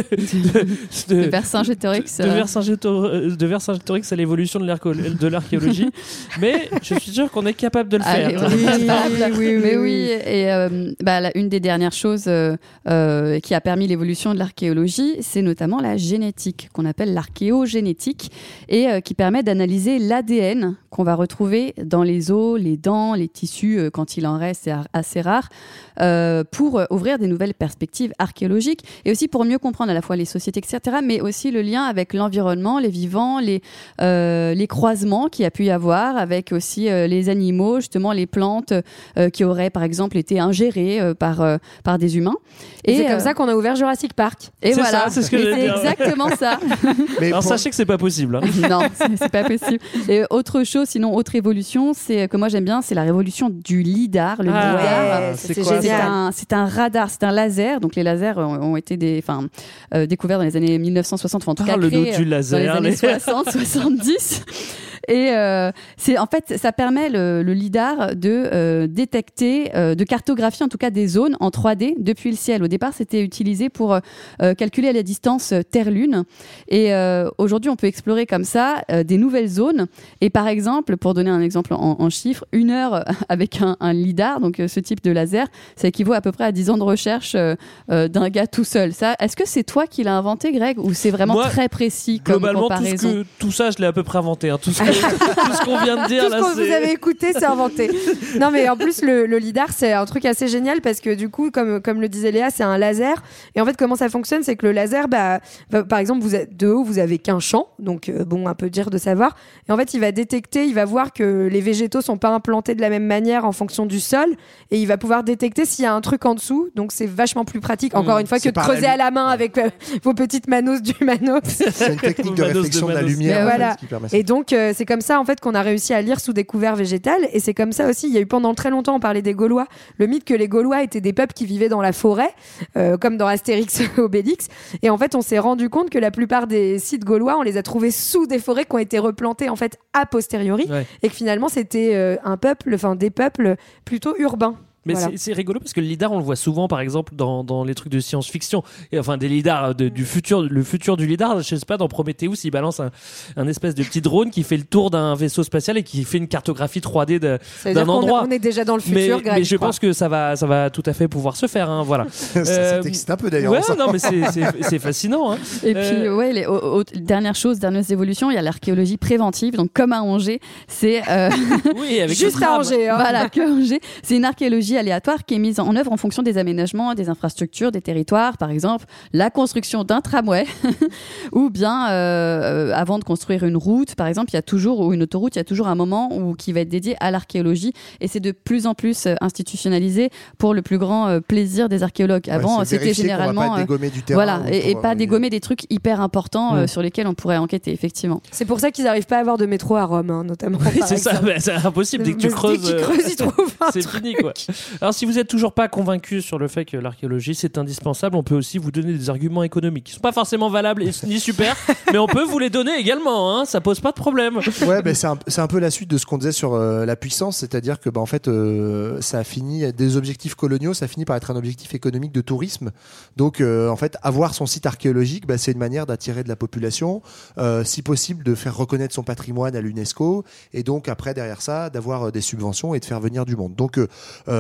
de, de, de Vercingétorix de, de, Vercingétor- de Vercingétorix à l'évolution de, l'archéo- de l'archéologie, mais je suis sûr qu'on est capable de le Allez, faire. oui, oui, oui, mais oui. oui. Et euh, bah, la, une des dernières choses euh, euh, qui a permis l'évolution de l'archéologie, c'est notamment la génétique, qu'on appelle l'archéogénétique, et euh, qui permet d'analyser l'A D N qu'on va retrouver dans les os, les dents, les tissus, euh, quand il en reste, c'est assez rare, euh, pour ouvrir des nouvelles perspectives archéologiques, et aussi pour mieux comprendre à la fois les sociétés, et cetera, mais aussi le lien avec l'environnement, les vivants, les, euh, les croisements qu'il y a pu y avoir, avec aussi euh, les animaux, justement les plantes euh, qui auraient par exemple été ingérées euh, par, euh, par des humains. Et, et c'est euh, comme ça qu'on a ouvert Jurassic Park. Et c'est voilà, ça, c'est ce que et j'allais c'est dire. exactement ça. Mais Alors pour- sachez que c'est pas possible. Hein. Non, c'est, c'est pas possible. Et autre chose, sinon autre évolution, c'est que moi j'aime bien, c'est la révolution du lidar. Le Ah, lidar, ouais, c'est c'est quoi, c'est génial. un, c'est un radar, c'est un laser. Donc les lasers ont, ont été des, enfin, euh, découverts dans les années mille neuf cent soixante, enfin, en tout cas Parle-nous créés du euh, laser, dans les années les- soixante, soixante-dix. Et euh, c'est en fait, ça permet le, le lidar de euh, détecter, euh, de cartographier en tout cas des zones en trois D depuis le ciel. Au départ, c'était utilisé pour euh, calculer la distance Terre-Lune. Et euh, aujourd'hui, on peut explorer comme ça euh, des nouvelles zones. Et par exemple, pour donner un exemple en, en chiffres, une heure avec un, un lidar, donc euh, ce type de laser, ça équivaut à peu près à dix ans de recherche euh, euh, d'un gars tout seul. Ça, est-ce que c'est toi qui l'as inventé, Greg, ou c'est vraiment Moi, très précis comme Globalement, tout, comparaison? ce que, tout ça, je l'ai à peu près inventé. Hein. Tout, ce que, tout ce qu'on vient de dire Tout ce là, que c'est... vous avez écouté, c'est inventé. Non, mais en plus, le, le lidar, c'est un truc assez génial parce que du coup, comme, comme le disait Léa, c'est un laser. Et en fait, comment ça fonctionne, c'est que le laser, bah, va- par exemple, vous êtes de haut, vous avez qu'un champ, donc euh, bon, un peu dur de savoir. Et en fait, il va détecter, il va voir que les végétaux sont pas implantés de la même manière en fonction du sol, et il va pouvoir détecter s'il y a un truc en dessous. Donc, c'est vachement plus pratique, encore Mmh, une fois, c'est que de par creuser la à la main avec euh, vos petites manos du manos. C'est une technique de Manos de réflexion de, la Manos. lumière Mais en fait, voilà. qui permet ça. Et donc, euh, c'est comme ça en fait qu'on a réussi à lire sous des couverts végétales. Et c'est comme ça aussi, il y a eu pendant très longtemps, on parlait des Gaulois, le mythe que les Gaulois étaient des peuples qui vivaient dans la forêt, euh, comme dans Astérix et Obélix. Et en fait, on s'est rendu compte que la plupart des sites gaulois, on les a trouvés sous des forêts qui ont été replantées en fait a posteriori. Ouais. Et que finalement, c'était euh, un peuple, enfin des peuples plutôt urbains. Mais Voilà. c'est, c'est rigolo parce que le lidar, on le voit souvent, par exemple, dans, dans les trucs de science-fiction. Et enfin, des lidars de- du futur, le futur du lidar. Je sais pas, dans Prometheus, il balance un, un espèce de petit drone qui fait le tour d'un vaisseau spatial et qui fait une cartographie trois D de, Ça veut d'un dire qu'on endroit. on est déjà dans le mais, futur, Greg, mais je crois. pense que ça va, ça va tout à fait pouvoir se faire. Hein, voilà. Ça, ça Euh, t'excite un peu d'ailleurs. Ouais, on sent. non, mais c'est, c'est, c'est fascinant. Hein. Et Euh, puis, ouais, les, au- au- dernière chose, dernière évolution, il y a l'archéologie préventive. Donc, comme à Angers, c'est euh, Oui, avec Juste le à tram. Angers. Hein. voilà que Angers, c'est une archéologie aléatoire qui est mise en œuvre en fonction des aménagements, des infrastructures, des territoires. Par exemple, la construction d'un tramway, ou bien euh, avant de construire une route, par exemple, il y a toujours ou une autoroute, il y a toujours un moment où qui va être dédié à l'archéologie, et c'est de plus en plus euh, institutionnalisé pour le plus grand euh, plaisir des archéologues. Ouais, Avant, c'est c'était vérifier qu'on va généralement pas euh, dégommer du terrain voilà, ou et, et pour, pas euh, dégommer des trucs hyper importants euh, Mm. sur lesquels on pourrait enquêter, effectivement. C'est pour ça qu'ils n'arrivent pas à avoir de métro à Rome, hein, notamment. Oui, par c'est ça, exemple. bah, c'est impossible. Dès que tu Dès creuses, qu'ils euh, creusent, ils trouvent un c'est truc. fini, quoi. Alors, si vous êtes toujours pas convaincu sur le fait que l'archéologie c'est indispensable, on peut aussi vous donner des arguments économiques qui sont pas forcément valables et ni super, mais on peut vous les donner également. Hein, ça pose pas de problème. Ouais, ben c'est un, c'est un peu la suite de ce qu'on disait sur euh, la puissance, c'est-à-dire que bah, en fait, euh, ça a fini des objectifs coloniaux, ça finit par être un objectif économique de tourisme. Donc, euh, en fait, avoir son site archéologique, bah, c'est une manière d'attirer de la population, euh, si possible, de faire reconnaître son patrimoine à l'UNESCO, et donc après derrière ça, d'avoir euh, des subventions et de faire venir du monde. Donc, euh,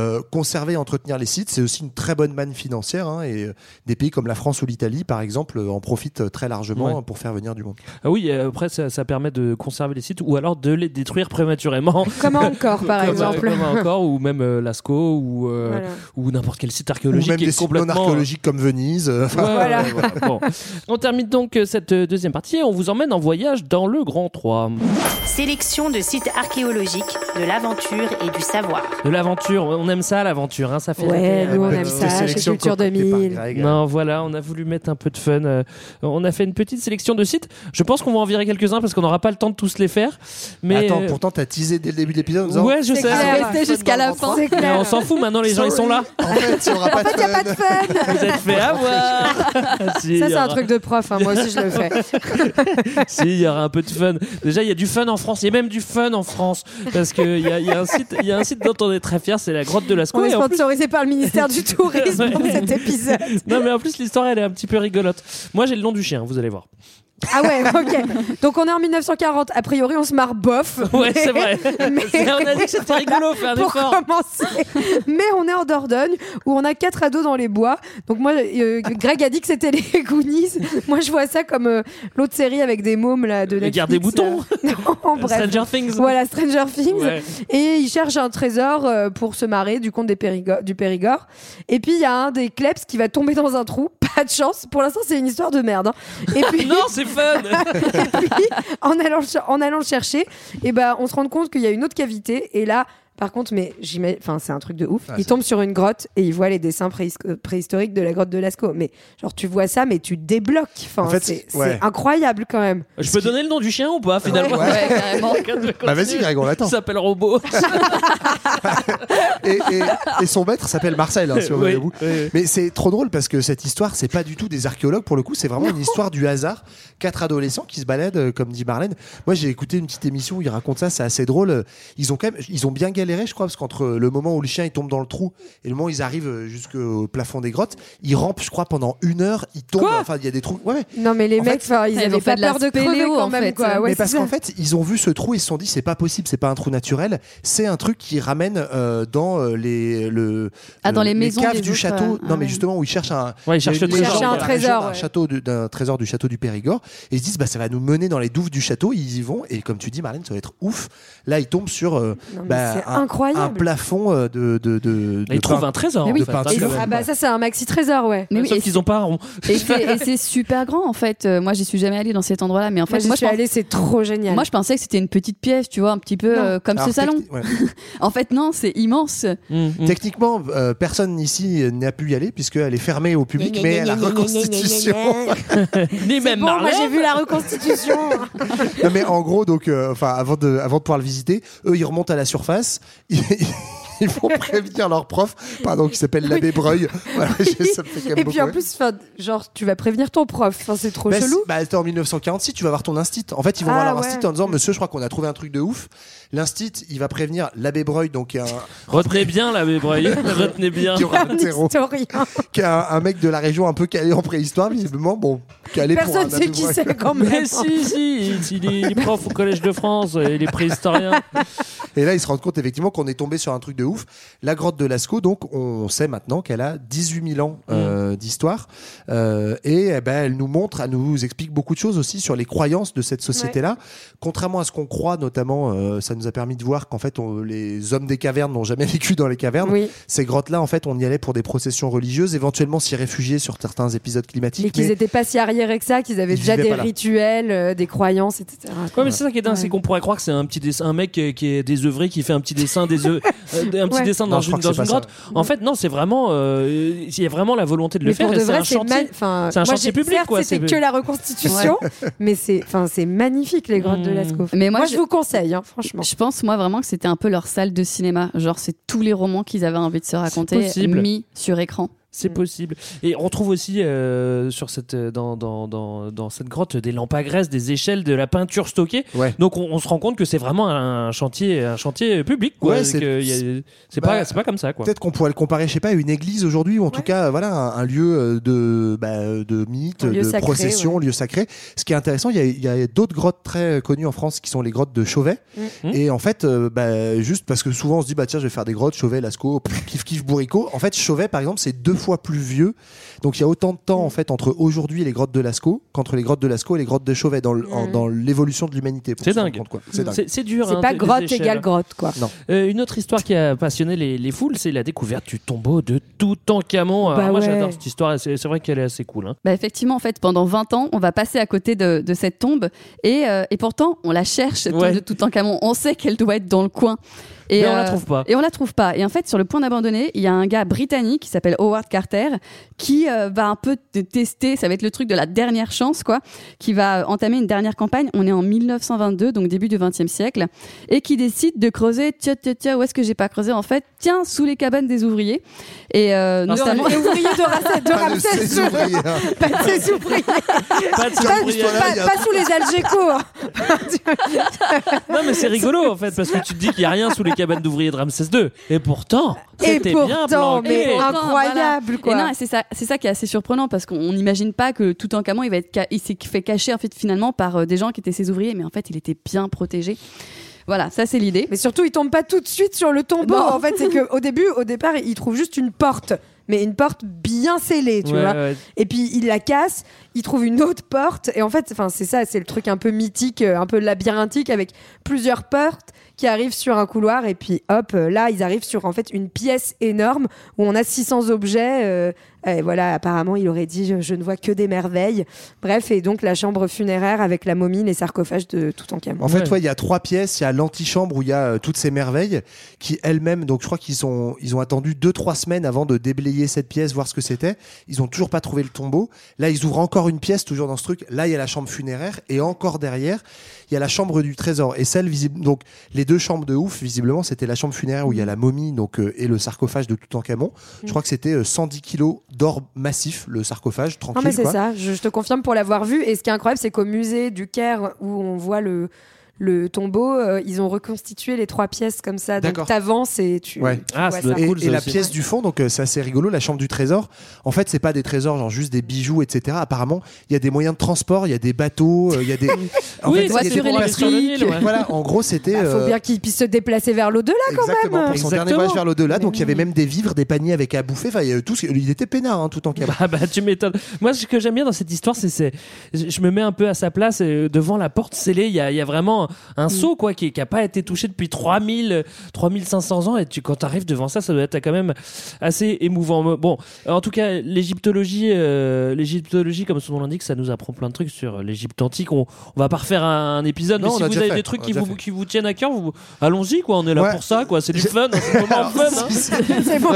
euh, conserver et entretenir les sites, c'est aussi une très bonne manne financière. Hein, et euh, des pays comme la France ou l'Italie, par exemple, euh, en profitent très largement ouais. pour faire venir du monde. Ah oui, après, ça, ça permet de conserver les sites ou alors de les détruire prématurément. Comme encore, par comme, exemple. Comme encore, ou même euh, Lascaux, ou, euh, voilà. ou n'importe quel site archéologique. Ou même qui des est sites complètement... non archéologiques comme Venise. Euh, ouais, voilà. voilà. Bon. On termine donc cette deuxième partie et on vous emmène en voyage dans le Grand trois. Sélection de sites archéologiques, de l'aventure et du savoir. De l'aventure, on aime ça l'aventure, hein, ça fait ouais, rêver. nous on aime ça, chez Culture deux mille. Non, voilà, on a voulu mettre un peu de fun. Euh, on a fait une petite sélection de sites. Je pense qu'on va en virer quelques-uns parce qu'on n'aura pas le temps de tous les faire. Mais attends, euh... pourtant t'as teasé dès le début de l'épisode en disant ouais, je c'est sais. Clair, rester jusqu'à la fin. C'est clair. Mais on s'en fout, maintenant les gens ils sont là. En fait, il n'y aura pas, en fait, de pas de fun. Vous êtes fait avoir. Si, ça c'est aura... un truc de prof, hein. Moi aussi je le fais. Si, il y aura un peu de fun. Déjà, il y a du fun en France. Il y a même du fun en France parce qu'il y, y, y a un site dont on est très fier, c'est la grotte de Lascaux. On est sponsorisé plus... par le ministère du Tourisme pour cet épisode. Non, mais en plus l'histoire elle est un petit peu rigolote. Moi j'ai le nom du chien, vous allez voir. Ah ouais, ok. Donc on est en mille neuf cent quarante. A priori, on se marre bof. Ouais, mais... c'est vrai. Mais... on a dit que c'était rigolo, faire des pour commencer. Mais on est en Dordogne où on a quatre ados dans les bois. Donc moi, euh, Greg a dit que c'était les Goonies. Moi, je vois ça comme euh, l'autre série avec des mômes là de Netflix. Les gardes des boutons. Euh... non, bref. Stranger Things. Voilà, Stranger Things. Ouais. Et ils cherchent un trésor euh, pour se marrer du conte des Périgord, du Périgord. Et puis il y a un des kleps qui va tomber dans un trou. Pas de chance. Pour l'instant, c'est une histoire de merde. Hein. Et puis non, c'est fun. Et puis, en allant, en allant le chercher, et ben, on se rend compte qu'il y a une autre cavité. Et là, par contre, mais enfin, c'est un truc de ouf. Ah, il tombe sur une grotte et il voit les dessins préhis- préhistoriques de la grotte de Lascaux. Mais genre, tu vois ça, mais tu débloques. Enfin, en fait, c'est, ouais. c'est incroyable quand même. Je peux donner le nom du chien ou pas finalement? Ouais, ouais, carrément. Bah vas-y, Greg, on l'attend. Il s'appelle Robot. et, et, et son maître s'appelle Marcel, hein, si on oui, vous. Oui, oui. Mais c'est trop drôle parce que cette histoire, c'est pas du tout des archéologues pour le coup, c'est vraiment non. une histoire du hasard. Quatre adolescents qui se baladent, comme dit Marlène. Moi, j'ai écouté une petite émission où ils racontent ça, c'est assez drôle. Ils ont quand même, ils ont bien galéré, je crois, parce qu'entre le moment où le chien il tombe dans le trou et le moment où ils arrivent jusqu'au plafond des grottes, ils rampent, je crois, pendant une heure. Ils tombent. Quoi enfin, il y a des trous. Ouais. Non, mais les en mecs, fait, ils avaient pas peur de crever quand même, quoi. Ouais, mais parce qu'en fait, ils ont vu ce trou et ils se sont dit, c'est pas possible, c'est pas un trou naturel, c'est un truc qui ramène euh, dans les le ah, dans les, les maisons caves des du autres, château. Euh, non, ah, mais justement où ils cherchent un. Ouais, ils cherchent, ils cherchent un trésor. Un château de, d'un trésor du château du Périgord. Et ils se disent, bah ça va nous mener dans les douves du château. Ils y vont et comme tu dis, Marlène, ça va être ouf. Là, ils tombent sur euh, non, bah, c'est un, incroyable. un plafond de de de. de ils trouvent un trésor. Oui. Et ah bah ça c'est un maxi trésor, ouais. Mais oui, sauf qu'ils ont pas. Et c'est, et c'est super grand en fait. Moi, j'y suis jamais allée dans cet endroit-là, mais en fait, moi, moi je suis allée, c'est trop génial. Moi, je pensais que c'était une petite pièce, tu vois, un petit peu euh, comme Alors, ce salon. ouais. En fait, non, c'est immense. Mmh, mmh. Techniquement, euh, personne ici n'a pu y aller puisqu'elle est fermée au public, mais à la reconstitution. Ni même bon, Marlène. Moi, j'ai vu la reconstitution. Non, mais en gros, donc, euh, enfin, avant de, avant de pouvoir le visiter, eux, ils remontent à la surface. Ils vont prévenir leur prof, pardon, qui s'appelle l'abbé Breuil. Voilà, ça me fait quand même et puis en plus, genre, tu vas prévenir ton prof. Enfin, c'est trop bah, chelou. Bah, c'était en dix-neuf cent quarante-six, tu vas voir ton instit. En fait, ils vont ah, voir leur ouais. instit en disant, monsieur, je crois qu'on a trouvé un truc de ouf. L'instit, il va prévenir l'abbé Breuil, donc un. Retenez bien l'abbé Breuil. Retenez bien. Qui aura un terreau. Qui est un, un mec de la région un peu calé en préhistoire, visiblement. Bon, calé pour un Personne sait qui c'est quand même. Mais si, si, il est prof au Collège de France, il est préhistorien. Et là, ils se rendent compte effectivement qu'on est tombé sur un truc de ouf. La grotte de Lascaux, donc, on sait maintenant qu'elle a dix-huit mille ans euh, mmh. d'histoire. Euh, et eh ben, elle nous montre, elle nous explique beaucoup de choses aussi sur les croyances de cette société-là. Ouais. Contrairement à ce qu'on croit, notamment, euh, ça nous a permis de voir qu'en fait, on, les hommes des cavernes n'ont jamais vécu dans les cavernes. Oui. Ces grottes-là, en fait, on y allait pour des processions religieuses, éventuellement s'y réfugier sur certains épisodes climatiques. Et qu'ils n'étaient pas si arriérés que ça, qu'ils avaient déjà des rituels, euh, des croyances, et cetera. Ouais, mais c'est ça qui est dingue, ouais. c'est qu'on pourrait croire que c'est un petit dessin, un mec qui est désœuvré, qui fait un petit dessin, des œufs, euh, un petit ouais. dessin dans non, une, dans une grotte. Ça. En fait, non, c'est vraiment, euh, il y a vraiment la volonté de le mais faire. Pour de c'est, vrai, un c'est, chantier, ma... c'est un moi, chantier public, certes, quoi. C'était c'est... que la reconstitution, ouais. mais c'est, enfin, c'est magnifique les grottes mmh. de Lascaux. Mais moi, moi je... je vous conseille, hein, franchement. Je pense, moi, vraiment que c'était un peu leur salle de cinéma. Genre, c'est tous les romans qu'ils avaient envie de se raconter mis sur écran. C'est mmh. possible. Et on trouve aussi euh, sur cette, dans, dans, dans, dans cette grotte des lampes à graisse, des échelles, de la peinture stockée. Ouais. Donc on, on se rend compte que c'est vraiment un chantier, un chantier public. Quoi. Ouais, c'est que a, c'est, bah, pas, c'est pas comme ça. Quoi. Peut-être qu'on pourrait le comparer, je sais pas, à une église aujourd'hui, ou en ouais. tout cas voilà, un, un lieu de, bah, de mythe, de sacré, procession, ouais. lieu sacré. Ce qui est intéressant, il y a, il y a d'autres grottes très connues en France qui sont les grottes de Chauvet. Mmh. Et en fait, euh, bah, juste parce que souvent on se dit, bah, tiens, je vais faire des grottes, Chauvet, Lascaux, kiff kiff bourricot. En fait, Chauvet, par exemple, c'est deux fois plus vieux. Donc il y a autant de temps en fait entre aujourd'hui et les grottes de Lascaux qu'entre les grottes de Lascaux et les grottes de Chauvet dans, mmh. en, dans l'évolution de l'humanité. C'est dingue. Compte, quoi. C'est, dingue. C'est, c'est dur. C'est hein, pas grotte échelles. égale grotte quoi. Non. Euh, une autre histoire qui a passionné les, les foules, c'est la découverte du tombeau de Toutankhamon. Bah moi ouais. j'adore cette histoire. C'est, c'est vrai qu'elle est assez cool. Hein. Bah effectivement, en fait, pendant vingt ans, on va passer à côté de, de cette tombe et, euh, et pourtant on la cherche cette ouais. tombe de Toutankhamon. On sait qu'elle doit être dans le coin. Et mais on euh, la trouve pas. Et on la trouve pas. Et en fait, sur le point d'abandonner, il y a un gars britannique qui s'appelle Howard Carter qui euh, va un peu t- tester. Ça va être le truc de la dernière chance, quoi. Qui va entamer une dernière campagne. On est en dix-neuf cent vingt-deux, donc début du vingtième siècle, et qui décide de creuser. Tiens, tiens, tiens, où est-ce que j'ai pas creusé en fait? Tiens, sous les cabanes des ouvriers. Et euh, notamment les ouvriers de Ramsès, de Ramsès deux. Pas de ces ouvriers. Pas de ces ouvriers. Pas, pas sous les Algéco. Non, mais c'est rigolo en fait parce que tu te dis qu'il y a rien sous les cabanes d'ouvriers de Ramsès deux. Et pourtant, c'était et pourtant, bien planqué. Mais incroyable voilà. quoi. Et non, c'est ça, c'est ça qui est assez surprenant parce qu'on n'imagine pas que Toutankhamon il va être, ca- il s'est fait cacher en fait finalement par euh, des gens qui étaient ses ouvriers, mais en fait il était bien protégé. Voilà, ça c'est l'idée. Mais surtout, il tombe pas tout de suite sur le tombeau. Non. En fait, c'est que au début, au départ, il trouve juste une porte. Mais une porte bien scellée, tu ouais, vois. Ouais. Et puis il la casse, il trouve une autre porte. Et en fait, c'est ça, c'est le truc un peu mythique, un peu labyrinthique, avec plusieurs portes qui arrivent sur un couloir. Et puis hop, là, ils arrivent sur en fait une pièce énorme où on a six cents objets. Euh, et voilà, apparemment, il aurait dit je, je ne vois que des merveilles. Bref, et donc la chambre funéraire avec la momie, les sarcophages de Toutankhamon. En fait, il ouais. ouais, y a trois pièces. Il y a l'antichambre où il y a euh, toutes ces merveilles qui elles-mêmes, donc je crois qu'ils sont, ils ont attendu deux trois semaines avant de déblayer cette pièce, voir ce que c'était. Ils ont toujours pas trouvé le tombeau. Là, ils ouvrent encore une pièce, toujours dans ce truc. Là, il y a la chambre funéraire et encore derrière, il y a la chambre du trésor. Et celle visible, donc les deux chambres de ouf, visiblement, c'était la chambre funéraire où il y a la momie, donc euh, et le sarcophage de Toutankhamon. Mmh. Je crois que c'était euh, cent dix kilos d'or massif, le sarcophage, tranquille. Non mais c'est quoi. ça. Je, je te confirme pour l'avoir vu. Et ce qui est incroyable, c'est qu'au musée du Caire où on voit le le tombeau, euh, ils ont reconstitué les trois pièces comme ça. D'accord. Donc t'avances et tu. Ouais. tu ah, vois ça. ça. Et, cool, et la aussi. pièce du fond, donc euh, c'est assez rigolo, la chambre du trésor. En fait, c'est pas des trésors, genre juste des bijoux, et cetera. Apparemment, il y a des moyens de transport, il y a des bateaux, il euh, y a des. En oui, fait, voiture électrique. Ouais. Voilà, en gros, c'était. Il bah, faut euh... bien qu'ils puissent se déplacer vers l'au-delà quand Exactement, même. pour son Exactement. dernier voyage vers l'au-delà. Mais donc, il y avait même des vivres, des paniers avec à bouffer. Enfin, il y avait tout. Ce... Il était peinard, hein, tout en cabane. Bah, bah, tu m'étonnes. Moi, ce que j'aime bien dans cette histoire, c'est, c'est je me mets un peu à sa place euh, devant la porte scellée. Il y a, il y a vraiment un mm. sceau, quoi, qui, qui a pas été touché depuis trois mille, trois mille cinq cents ans. Et tu, quand tu arrives devant ça, ça doit être quand même assez émouvant. Bon, en tout cas, l'égyptologie, euh, l'égyptologie, comme son nom l'indique, ça nous apprend plein de trucs sur l'Égypte antique. On, on va pas refaire un, un épisode, non, mais si vous avez fait. des trucs qui vous, qui vous tiennent à cœur, vous, allons-y, quoi. On est là ouais. pour ça, quoi. C'est du fun, c'est un moment fun. Hein. C'est bon.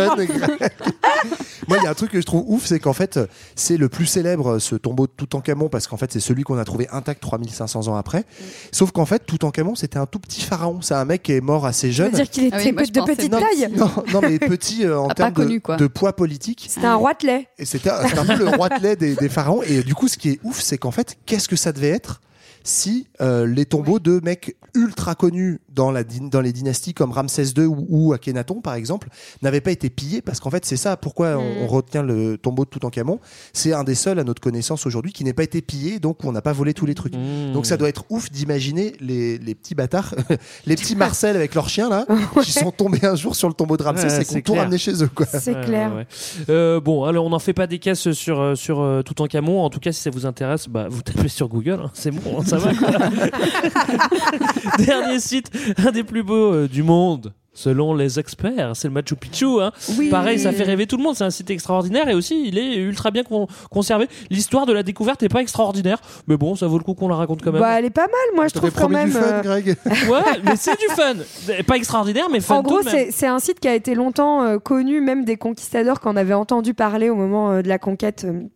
Moi, il y a un truc que je trouve ouf, c'est qu'en fait, c'est le plus célèbre, ce tombeau de Toutankhamon, parce qu'en fait, c'est celui qu'on a trouvé intact trois mille cinq cents ans après. Mm. Sauf qu'en fait, Toutankhamon, c'était un tout petit pharaon. C'est un mec qui est mort assez jeune. Ça veut dire qu'il était ah oui, moi, de petite non, taille. Non, non, mais petit euh, en termes de, de poids politique. C'était un roitelet. Et c'était, c'était un peu le roitelet des, des pharaons. Et du coup, ce qui est ouf, c'est qu'en fait, qu'est-ce que ça devait être si euh, les tombeaux de mecs ultra connus dans, la, dans les dynasties comme Ramsès deux ou, ou Akhenaton par exemple n'avaient pas été pillés, parce qu'en fait c'est ça pourquoi mmh. on, on retient le tombeau de Toutankhamon, c'est un des seuls à notre connaissance aujourd'hui qui n'est pas été pillé, donc on n'a pas volé tous les trucs. Mmh. Donc ça doit être ouf d'imaginer les, les petits bâtards les petits Marcel avec leurs chiens là qui sont tombés un jour sur le tombeau de Ramsès ouais, et qui ont tout ramené chez eux quoi. C'est ouais, clair ouais. Euh, bon alors on n'en fait pas des caisses sur, sur euh, Toutankhamon, en tout cas si ça vous intéresse bah, vous tapez sur Google hein. C'est bon hein, ça va quoi. Dernier site, un des plus beaux euh, du monde selon les experts, c'est le Machu Picchu hein. Oui. Pareil, ça fait rêver tout le monde, c'est un site extraordinaire et aussi il est ultra bien con- conservé. L'histoire de la découverte est pas extraordinaire, mais bon, ça vaut le coup qu'on la raconte quand même. Bah elle est pas mal, moi je trouve quand même. Du fun, Greg. Ouais, mais c'est du fun. Pas extraordinaire, mais fun. En gros, tout de même. c'est, c'est un site qui a été longtemps euh, connu, même des conquistadors qu'on avait entendu parler au moment euh, de la conquête. Euh,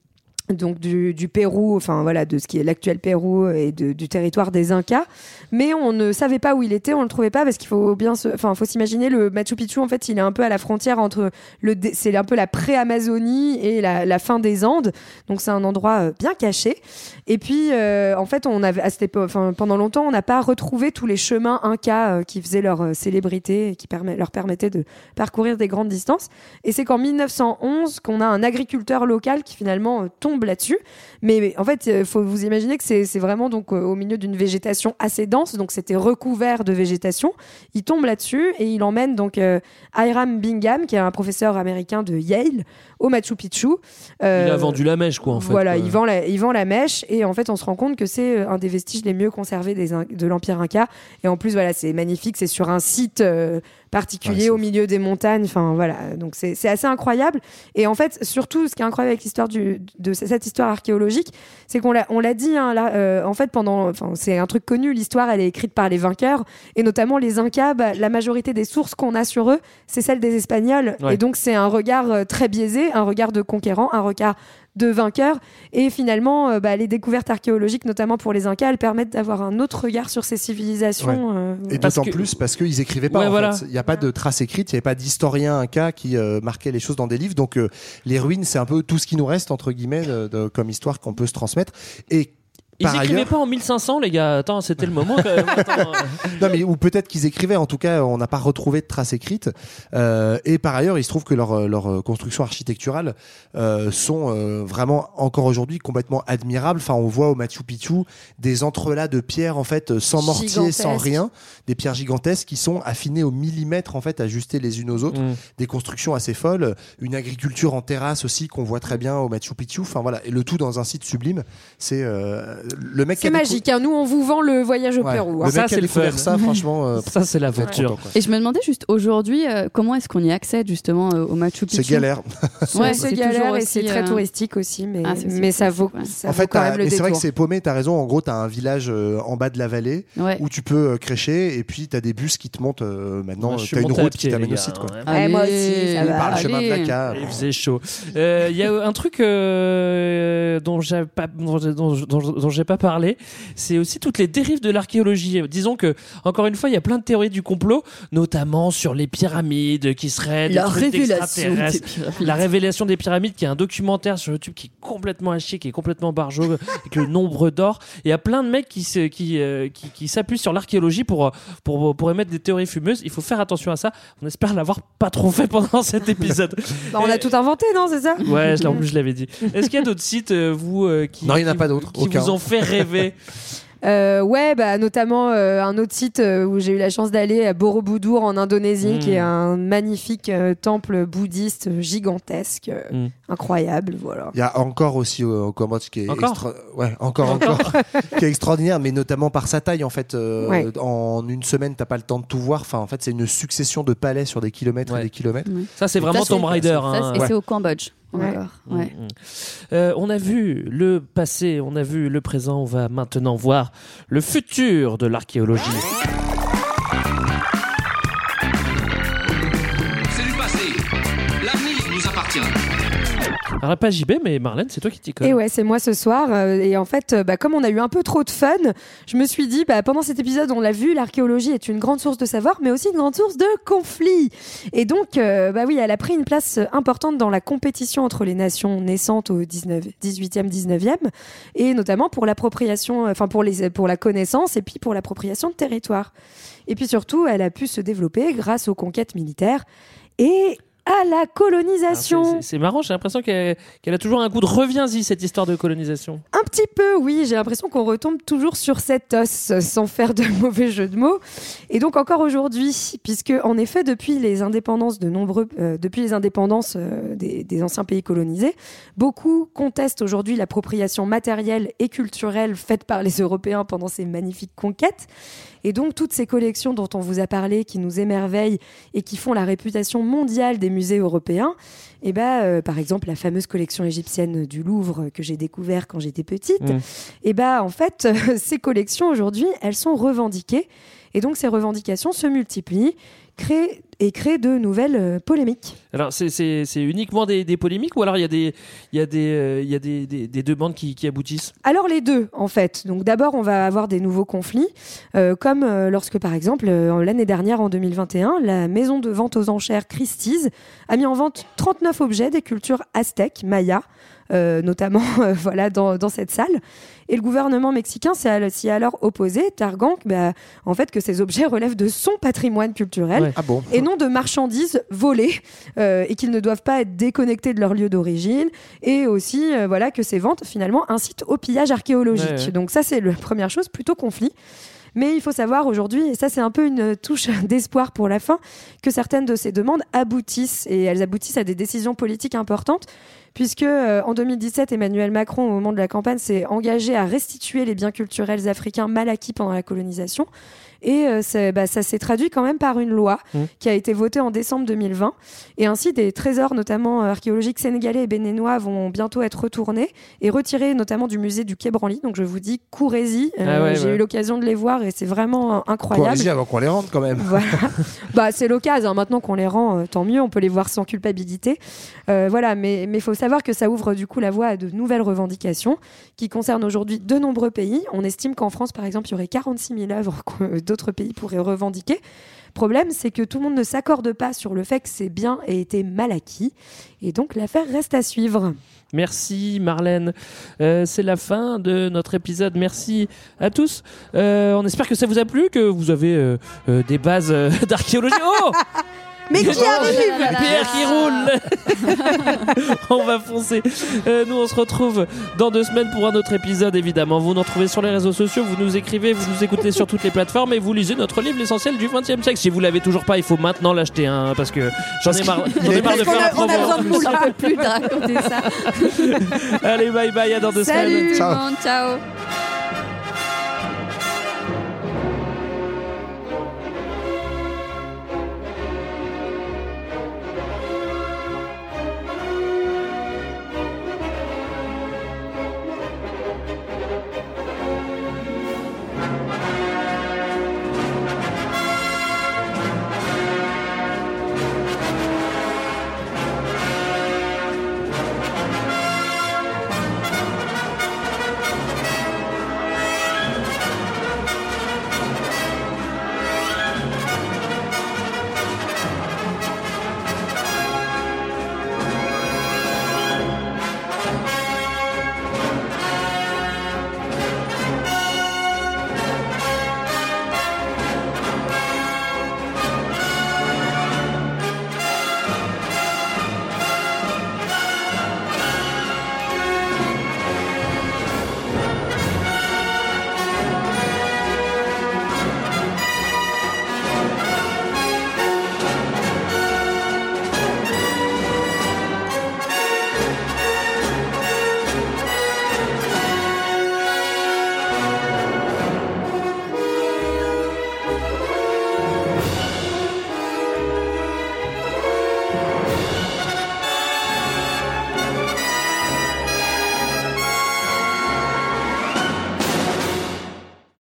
donc du, du Pérou, enfin voilà, de ce qui est l'actuel Pérou et de, du territoire des Incas, mais on ne savait pas où il était, on le trouvait pas parce qu'il faut bien, se, enfin faut s'imaginer le Machu Picchu en fait, il est un peu à la frontière entre le, c'est un peu la pré-Amazonie et la, la fin des Andes, donc c'est un endroit bien caché. Et puis euh, en fait, on avait à cette époque, enfin pendant longtemps, on n'a pas retrouvé tous les chemins Incas euh, qui faisaient leur euh, célébrité et qui permet, leur permettaient de parcourir des grandes distances. Et c'est qu'en mille neuf cent onze qu'on a un agriculteur local qui finalement euh, tombe là-dessus, mais en fait il faut vous imaginer que c'est, c'est vraiment donc euh, au milieu d'une végétation assez dense, donc c'était recouvert de végétation. Il tombe là-dessus et il emmène donc euh, Hiram Bingham, qui est un professeur américain de Yale, au Machu Picchu. Euh, il a vendu la mèche quoi en fait. Voilà, quoi. il vend la, il vend la mèche et en fait on se rend compte que c'est un des vestiges les mieux conservés des, de l'Empire Inca. Et en plus voilà, c'est magnifique, c'est sur un site euh, particulier ouais, au milieu des montagnes. Enfin voilà, donc c'est, c'est assez incroyable. Et en fait, surtout, ce qui est incroyable avec l'histoire du, de cette histoire archéologique, c'est qu'on l'a, on l'a dit. Hein, là, euh, en fait, pendant, enfin, c'est un truc connu. L'histoire, elle est écrite par les vainqueurs et notamment les Incas. Bah, la majorité des sources qu'on a sur eux, c'est celle des Espagnols. Ouais. Et donc c'est un regard euh, très biaisé, un regard de conquérant, un regard de vainqueurs. Et finalement, euh, bah, les découvertes archéologiques, notamment pour les Incas, elles permettent d'avoir un autre regard sur ces civilisations. Ouais. Euh, et d'autant que... plus parce qu'ils écrivaient pas. Ouais, en voilà. fait. Il n'y a pas de traces écrites, il n'y avait pas d'historien Inca qui euh, marquait les choses dans des livres. Donc euh, les ruines, c'est un peu tout ce qui nous reste, entre guillemets, de, de, comme histoire qu'on peut se transmettre. Et Ils Par écrivaient ailleurs... pas en mille cinq cents, les gars. Attends, c'était le moment quand même. Attends. Non, mais ou peut-être qu'ils écrivaient. En tout cas, on n'a pas retrouvé de traces écrites. Euh, et par ailleurs, il se trouve que leurs leur constructions architecturales euh, sont euh, vraiment encore aujourd'hui complètement admirables. Enfin, on voit au Machu Picchu des entrelacs de pierres en fait sans mortier, sans rien, des pierres gigantesques qui sont affinées au millimètre en fait, ajustées les unes aux autres. Mmh. Des constructions assez folles. Une agriculture en terrasse aussi qu'on voit très bien au Machu Picchu. Enfin voilà, et le tout dans un site sublime. C'est euh, le mec c'est magique, décou... hein. Nous on vous vend le voyage au ouais. Pérou. Hein. Le ça, mec c'est a le découvert fun. ça, franchement. Euh, ça, c'est l'aventure. Ouais. Et je me demandais juste aujourd'hui, euh, comment est-ce qu'on y accède justement euh, au Machu Picchu ? C'est galère. Ouais, c'est, c'est galère et c'est très euh... touristique aussi, mais, ah, c'est, mais c'est ça vaut, ouais. ça en fait, vaut quand même le mais détour. C'est vrai que c'est paumé, t'as raison. En gros, t'as un village euh, en bas de la vallée ouais. où tu peux euh, crécher et puis t'as des bus qui te montent. Euh, maintenant, moi, t'as une route pied, qui t'amène gars, au site. Quoi. Hein. Ouais, moi aussi, ça va. Par le chemin de Dakar. Il faisait chaud. Il euh, y a un truc euh, dont j'ai pas, dont, dont, dont, dont j'ai pas parlé. C'est aussi toutes les dérives de l'archéologie. Disons que, encore une fois, il y a plein de théories du complot, notamment sur les pyramides qui seraient des la trucs révélation des la révélation des pyramides, qui est un documentaire sur YouTube qui est complètement à chier, qui est complètement barjot, avec le nombre d'or. Il y a plein de mecs qui, se, qui, euh, qui, qui s'appuient sur l'archéologie pour, pour, pour émettre des théories fumeuses. Il faut faire attention à ça. On espère l'avoir pas trop fait pendant cet épisode. Bah, on a tout inventé, non, c'est ça ? Ouais, je, en plus je l'avais dit. Est-ce qu'il y a d'autres sites, euh, vous, euh, qui, non, il n'y en a qui, pas d'autres. qui Aucun. vous ont fait rêver? Euh, ouais, bah notamment euh, un autre site euh, où j'ai eu la chance d'aller à Borobudur en Indonésie, mmh. qui est un magnifique euh, temple bouddhiste gigantesque, euh, mmh. incroyable, voilà. Il y a encore aussi au Cambodge qui est encore extra... ouais, encore encore qui est extraordinaire, mais notamment par sa taille en fait. Euh, ouais. En une semaine, t'as pas le temps de tout voir. Enfin, en fait, c'est une succession de palais sur des kilomètres ouais. et des kilomètres. Mmh. Ça, c'est vraiment Tomb Raider. Ça, hein. Et ouais. c'est au Cambodge. Ouais. Ouais. Mmh. Euh, on a vu le passé, on a vu le présent, on va maintenant voir le futur de l'archéologie. C'est du passé. L'avenir nous appartient. Alors pas J B, mais Marlène, c'est toi qui t'y connais. Et ouais, c'est moi ce soir. Euh, et en fait, euh, bah, comme on a eu un peu trop de fun, je me suis dit, bah, pendant cet épisode, on l'a vu, l'archéologie est une grande source de savoir, mais aussi une grande source de conflits. Et donc, euh, bah oui, elle a pris une place importante dans la compétition entre les nations naissantes au dix-huitième, dix-neuvième, et notamment pour l'appropriation, enfin pour les, pour la connaissance et puis pour l'appropriation de territoire. Et puis surtout, elle a pu se développer grâce aux conquêtes militaires et à la colonisation. C'est, c'est, c'est marrant, j'ai l'impression qu'elle, qu'elle a toujours un goût de reviens-y, cette histoire de colonisation. Un petit peu, oui. J'ai l'impression qu'on retombe toujours sur cet os, sans faire de mauvais jeu de mots. Et donc encore aujourd'hui, puisque en effet, depuis les indépendances de nombreux, euh, depuis les indépendances euh, des, des anciens pays colonisés, beaucoup contestent aujourd'hui l'appropriation matérielle et culturelle faite par les Européens pendant ces magnifiques conquêtes. Et donc, toutes ces collections dont on vous a parlé, qui nous émerveillent et qui font la réputation mondiale des musées européens, et bah, euh, par exemple, la fameuse collection égyptienne du Louvre que j'ai découvert quand j'étais petite, mmh. et bah, en fait, euh, ces collections, aujourd'hui, elles sont revendiquées Et donc ces revendications se multiplient, créent et créent de nouvelles euh, polémiques. Alors c'est, c'est, c'est uniquement des, des polémiques ou alors il y a des, il y a des, euh, il y a des, des, des demandes qui, qui aboutissent ? Alors les deux en fait. Donc d'abord on va avoir des nouveaux conflits, euh, comme euh, lorsque par exemple euh, l'année dernière en deux mille vingt et un, la maison de vente aux enchères Christie's a mis en vente trente-neuf objets des cultures aztèques, mayas, euh, notamment euh, voilà dans, dans cette salle. Et le gouvernement mexicain s'y est alors opposé, targuant bah, en fait que ces objets relèvent de son patrimoine culturel ouais. ah bon et non de marchandises volées euh, et qu'ils ne doivent pas être déconnectés de leur lieu d'origine et aussi euh, voilà, que ces ventes finalement incitent au pillage archéologique. Ouais, ouais. Donc ça c'est la première chose, plutôt conflit. Mais il faut savoir aujourd'hui, et ça c'est un peu une touche d'espoir pour la fin, que certaines de ces demandes aboutissent et elles aboutissent à des décisions politiques importantes. Puisque euh, en deux mille dix-sept, Emmanuel Macron, au moment de la campagne, s'est engagé à restituer les biens culturels africains mal acquis pendant la colonisation. Et euh, bah, ça s'est traduit quand même par une loi mmh. qui a été votée en décembre deux mille vingt. Et ainsi, des trésors, notamment euh, archéologiques sénégalais et béninois, vont bientôt être retournés et retirés, notamment du musée du Quai Branly. Donc je vous dis, courez-y. Euh, ah ouais, j'ai ouais. eu l'occasion de les voir et c'est vraiment euh, incroyable. Courez-y avant qu'on les rende quand même. Voilà. bah, c'est l'occasion. Hein. Maintenant qu'on les rend, euh, tant mieux. On peut les voir sans culpabilité. Euh, voilà. Mais il faut savoir que ça ouvre du coup la voie à de nouvelles revendications qui concernent aujourd'hui de nombreux pays. On estime qu'en France, par exemple, il y aurait quarante-six mille œuvres d'autres pays pourraient revendiquer. Le problème, c'est que tout le monde ne s'accorde pas sur le fait que ces biens aient été mal acquis. Et donc, l'affaire reste à suivre. Merci Marlène. Euh, c'est la fin de notre épisode. Merci à tous. Euh, on espère que ça vous a plu, que vous avez euh, euh, des bases euh, d'archéologie. Oh Mais qui arrive ? Pierre qui roule. On va foncer. Euh, nous, on se retrouve dans deux semaines pour un autre épisode, évidemment. Vous nous retrouvez sur les réseaux sociaux, vous nous écrivez, vous nous écoutez sur toutes les plateformes et vous lisez notre livre, L'essentiel du vingtième siècle. Si vous l'avez toujours pas, il faut maintenant l'acheter, hein, parce que j'en ai marre, j'en ai marre de faire la promo. On a besoin de vous, j'en peux plus de raconter ça. Allez, bye bye, à dans deux Salut, semaines. Ciao. Ciao.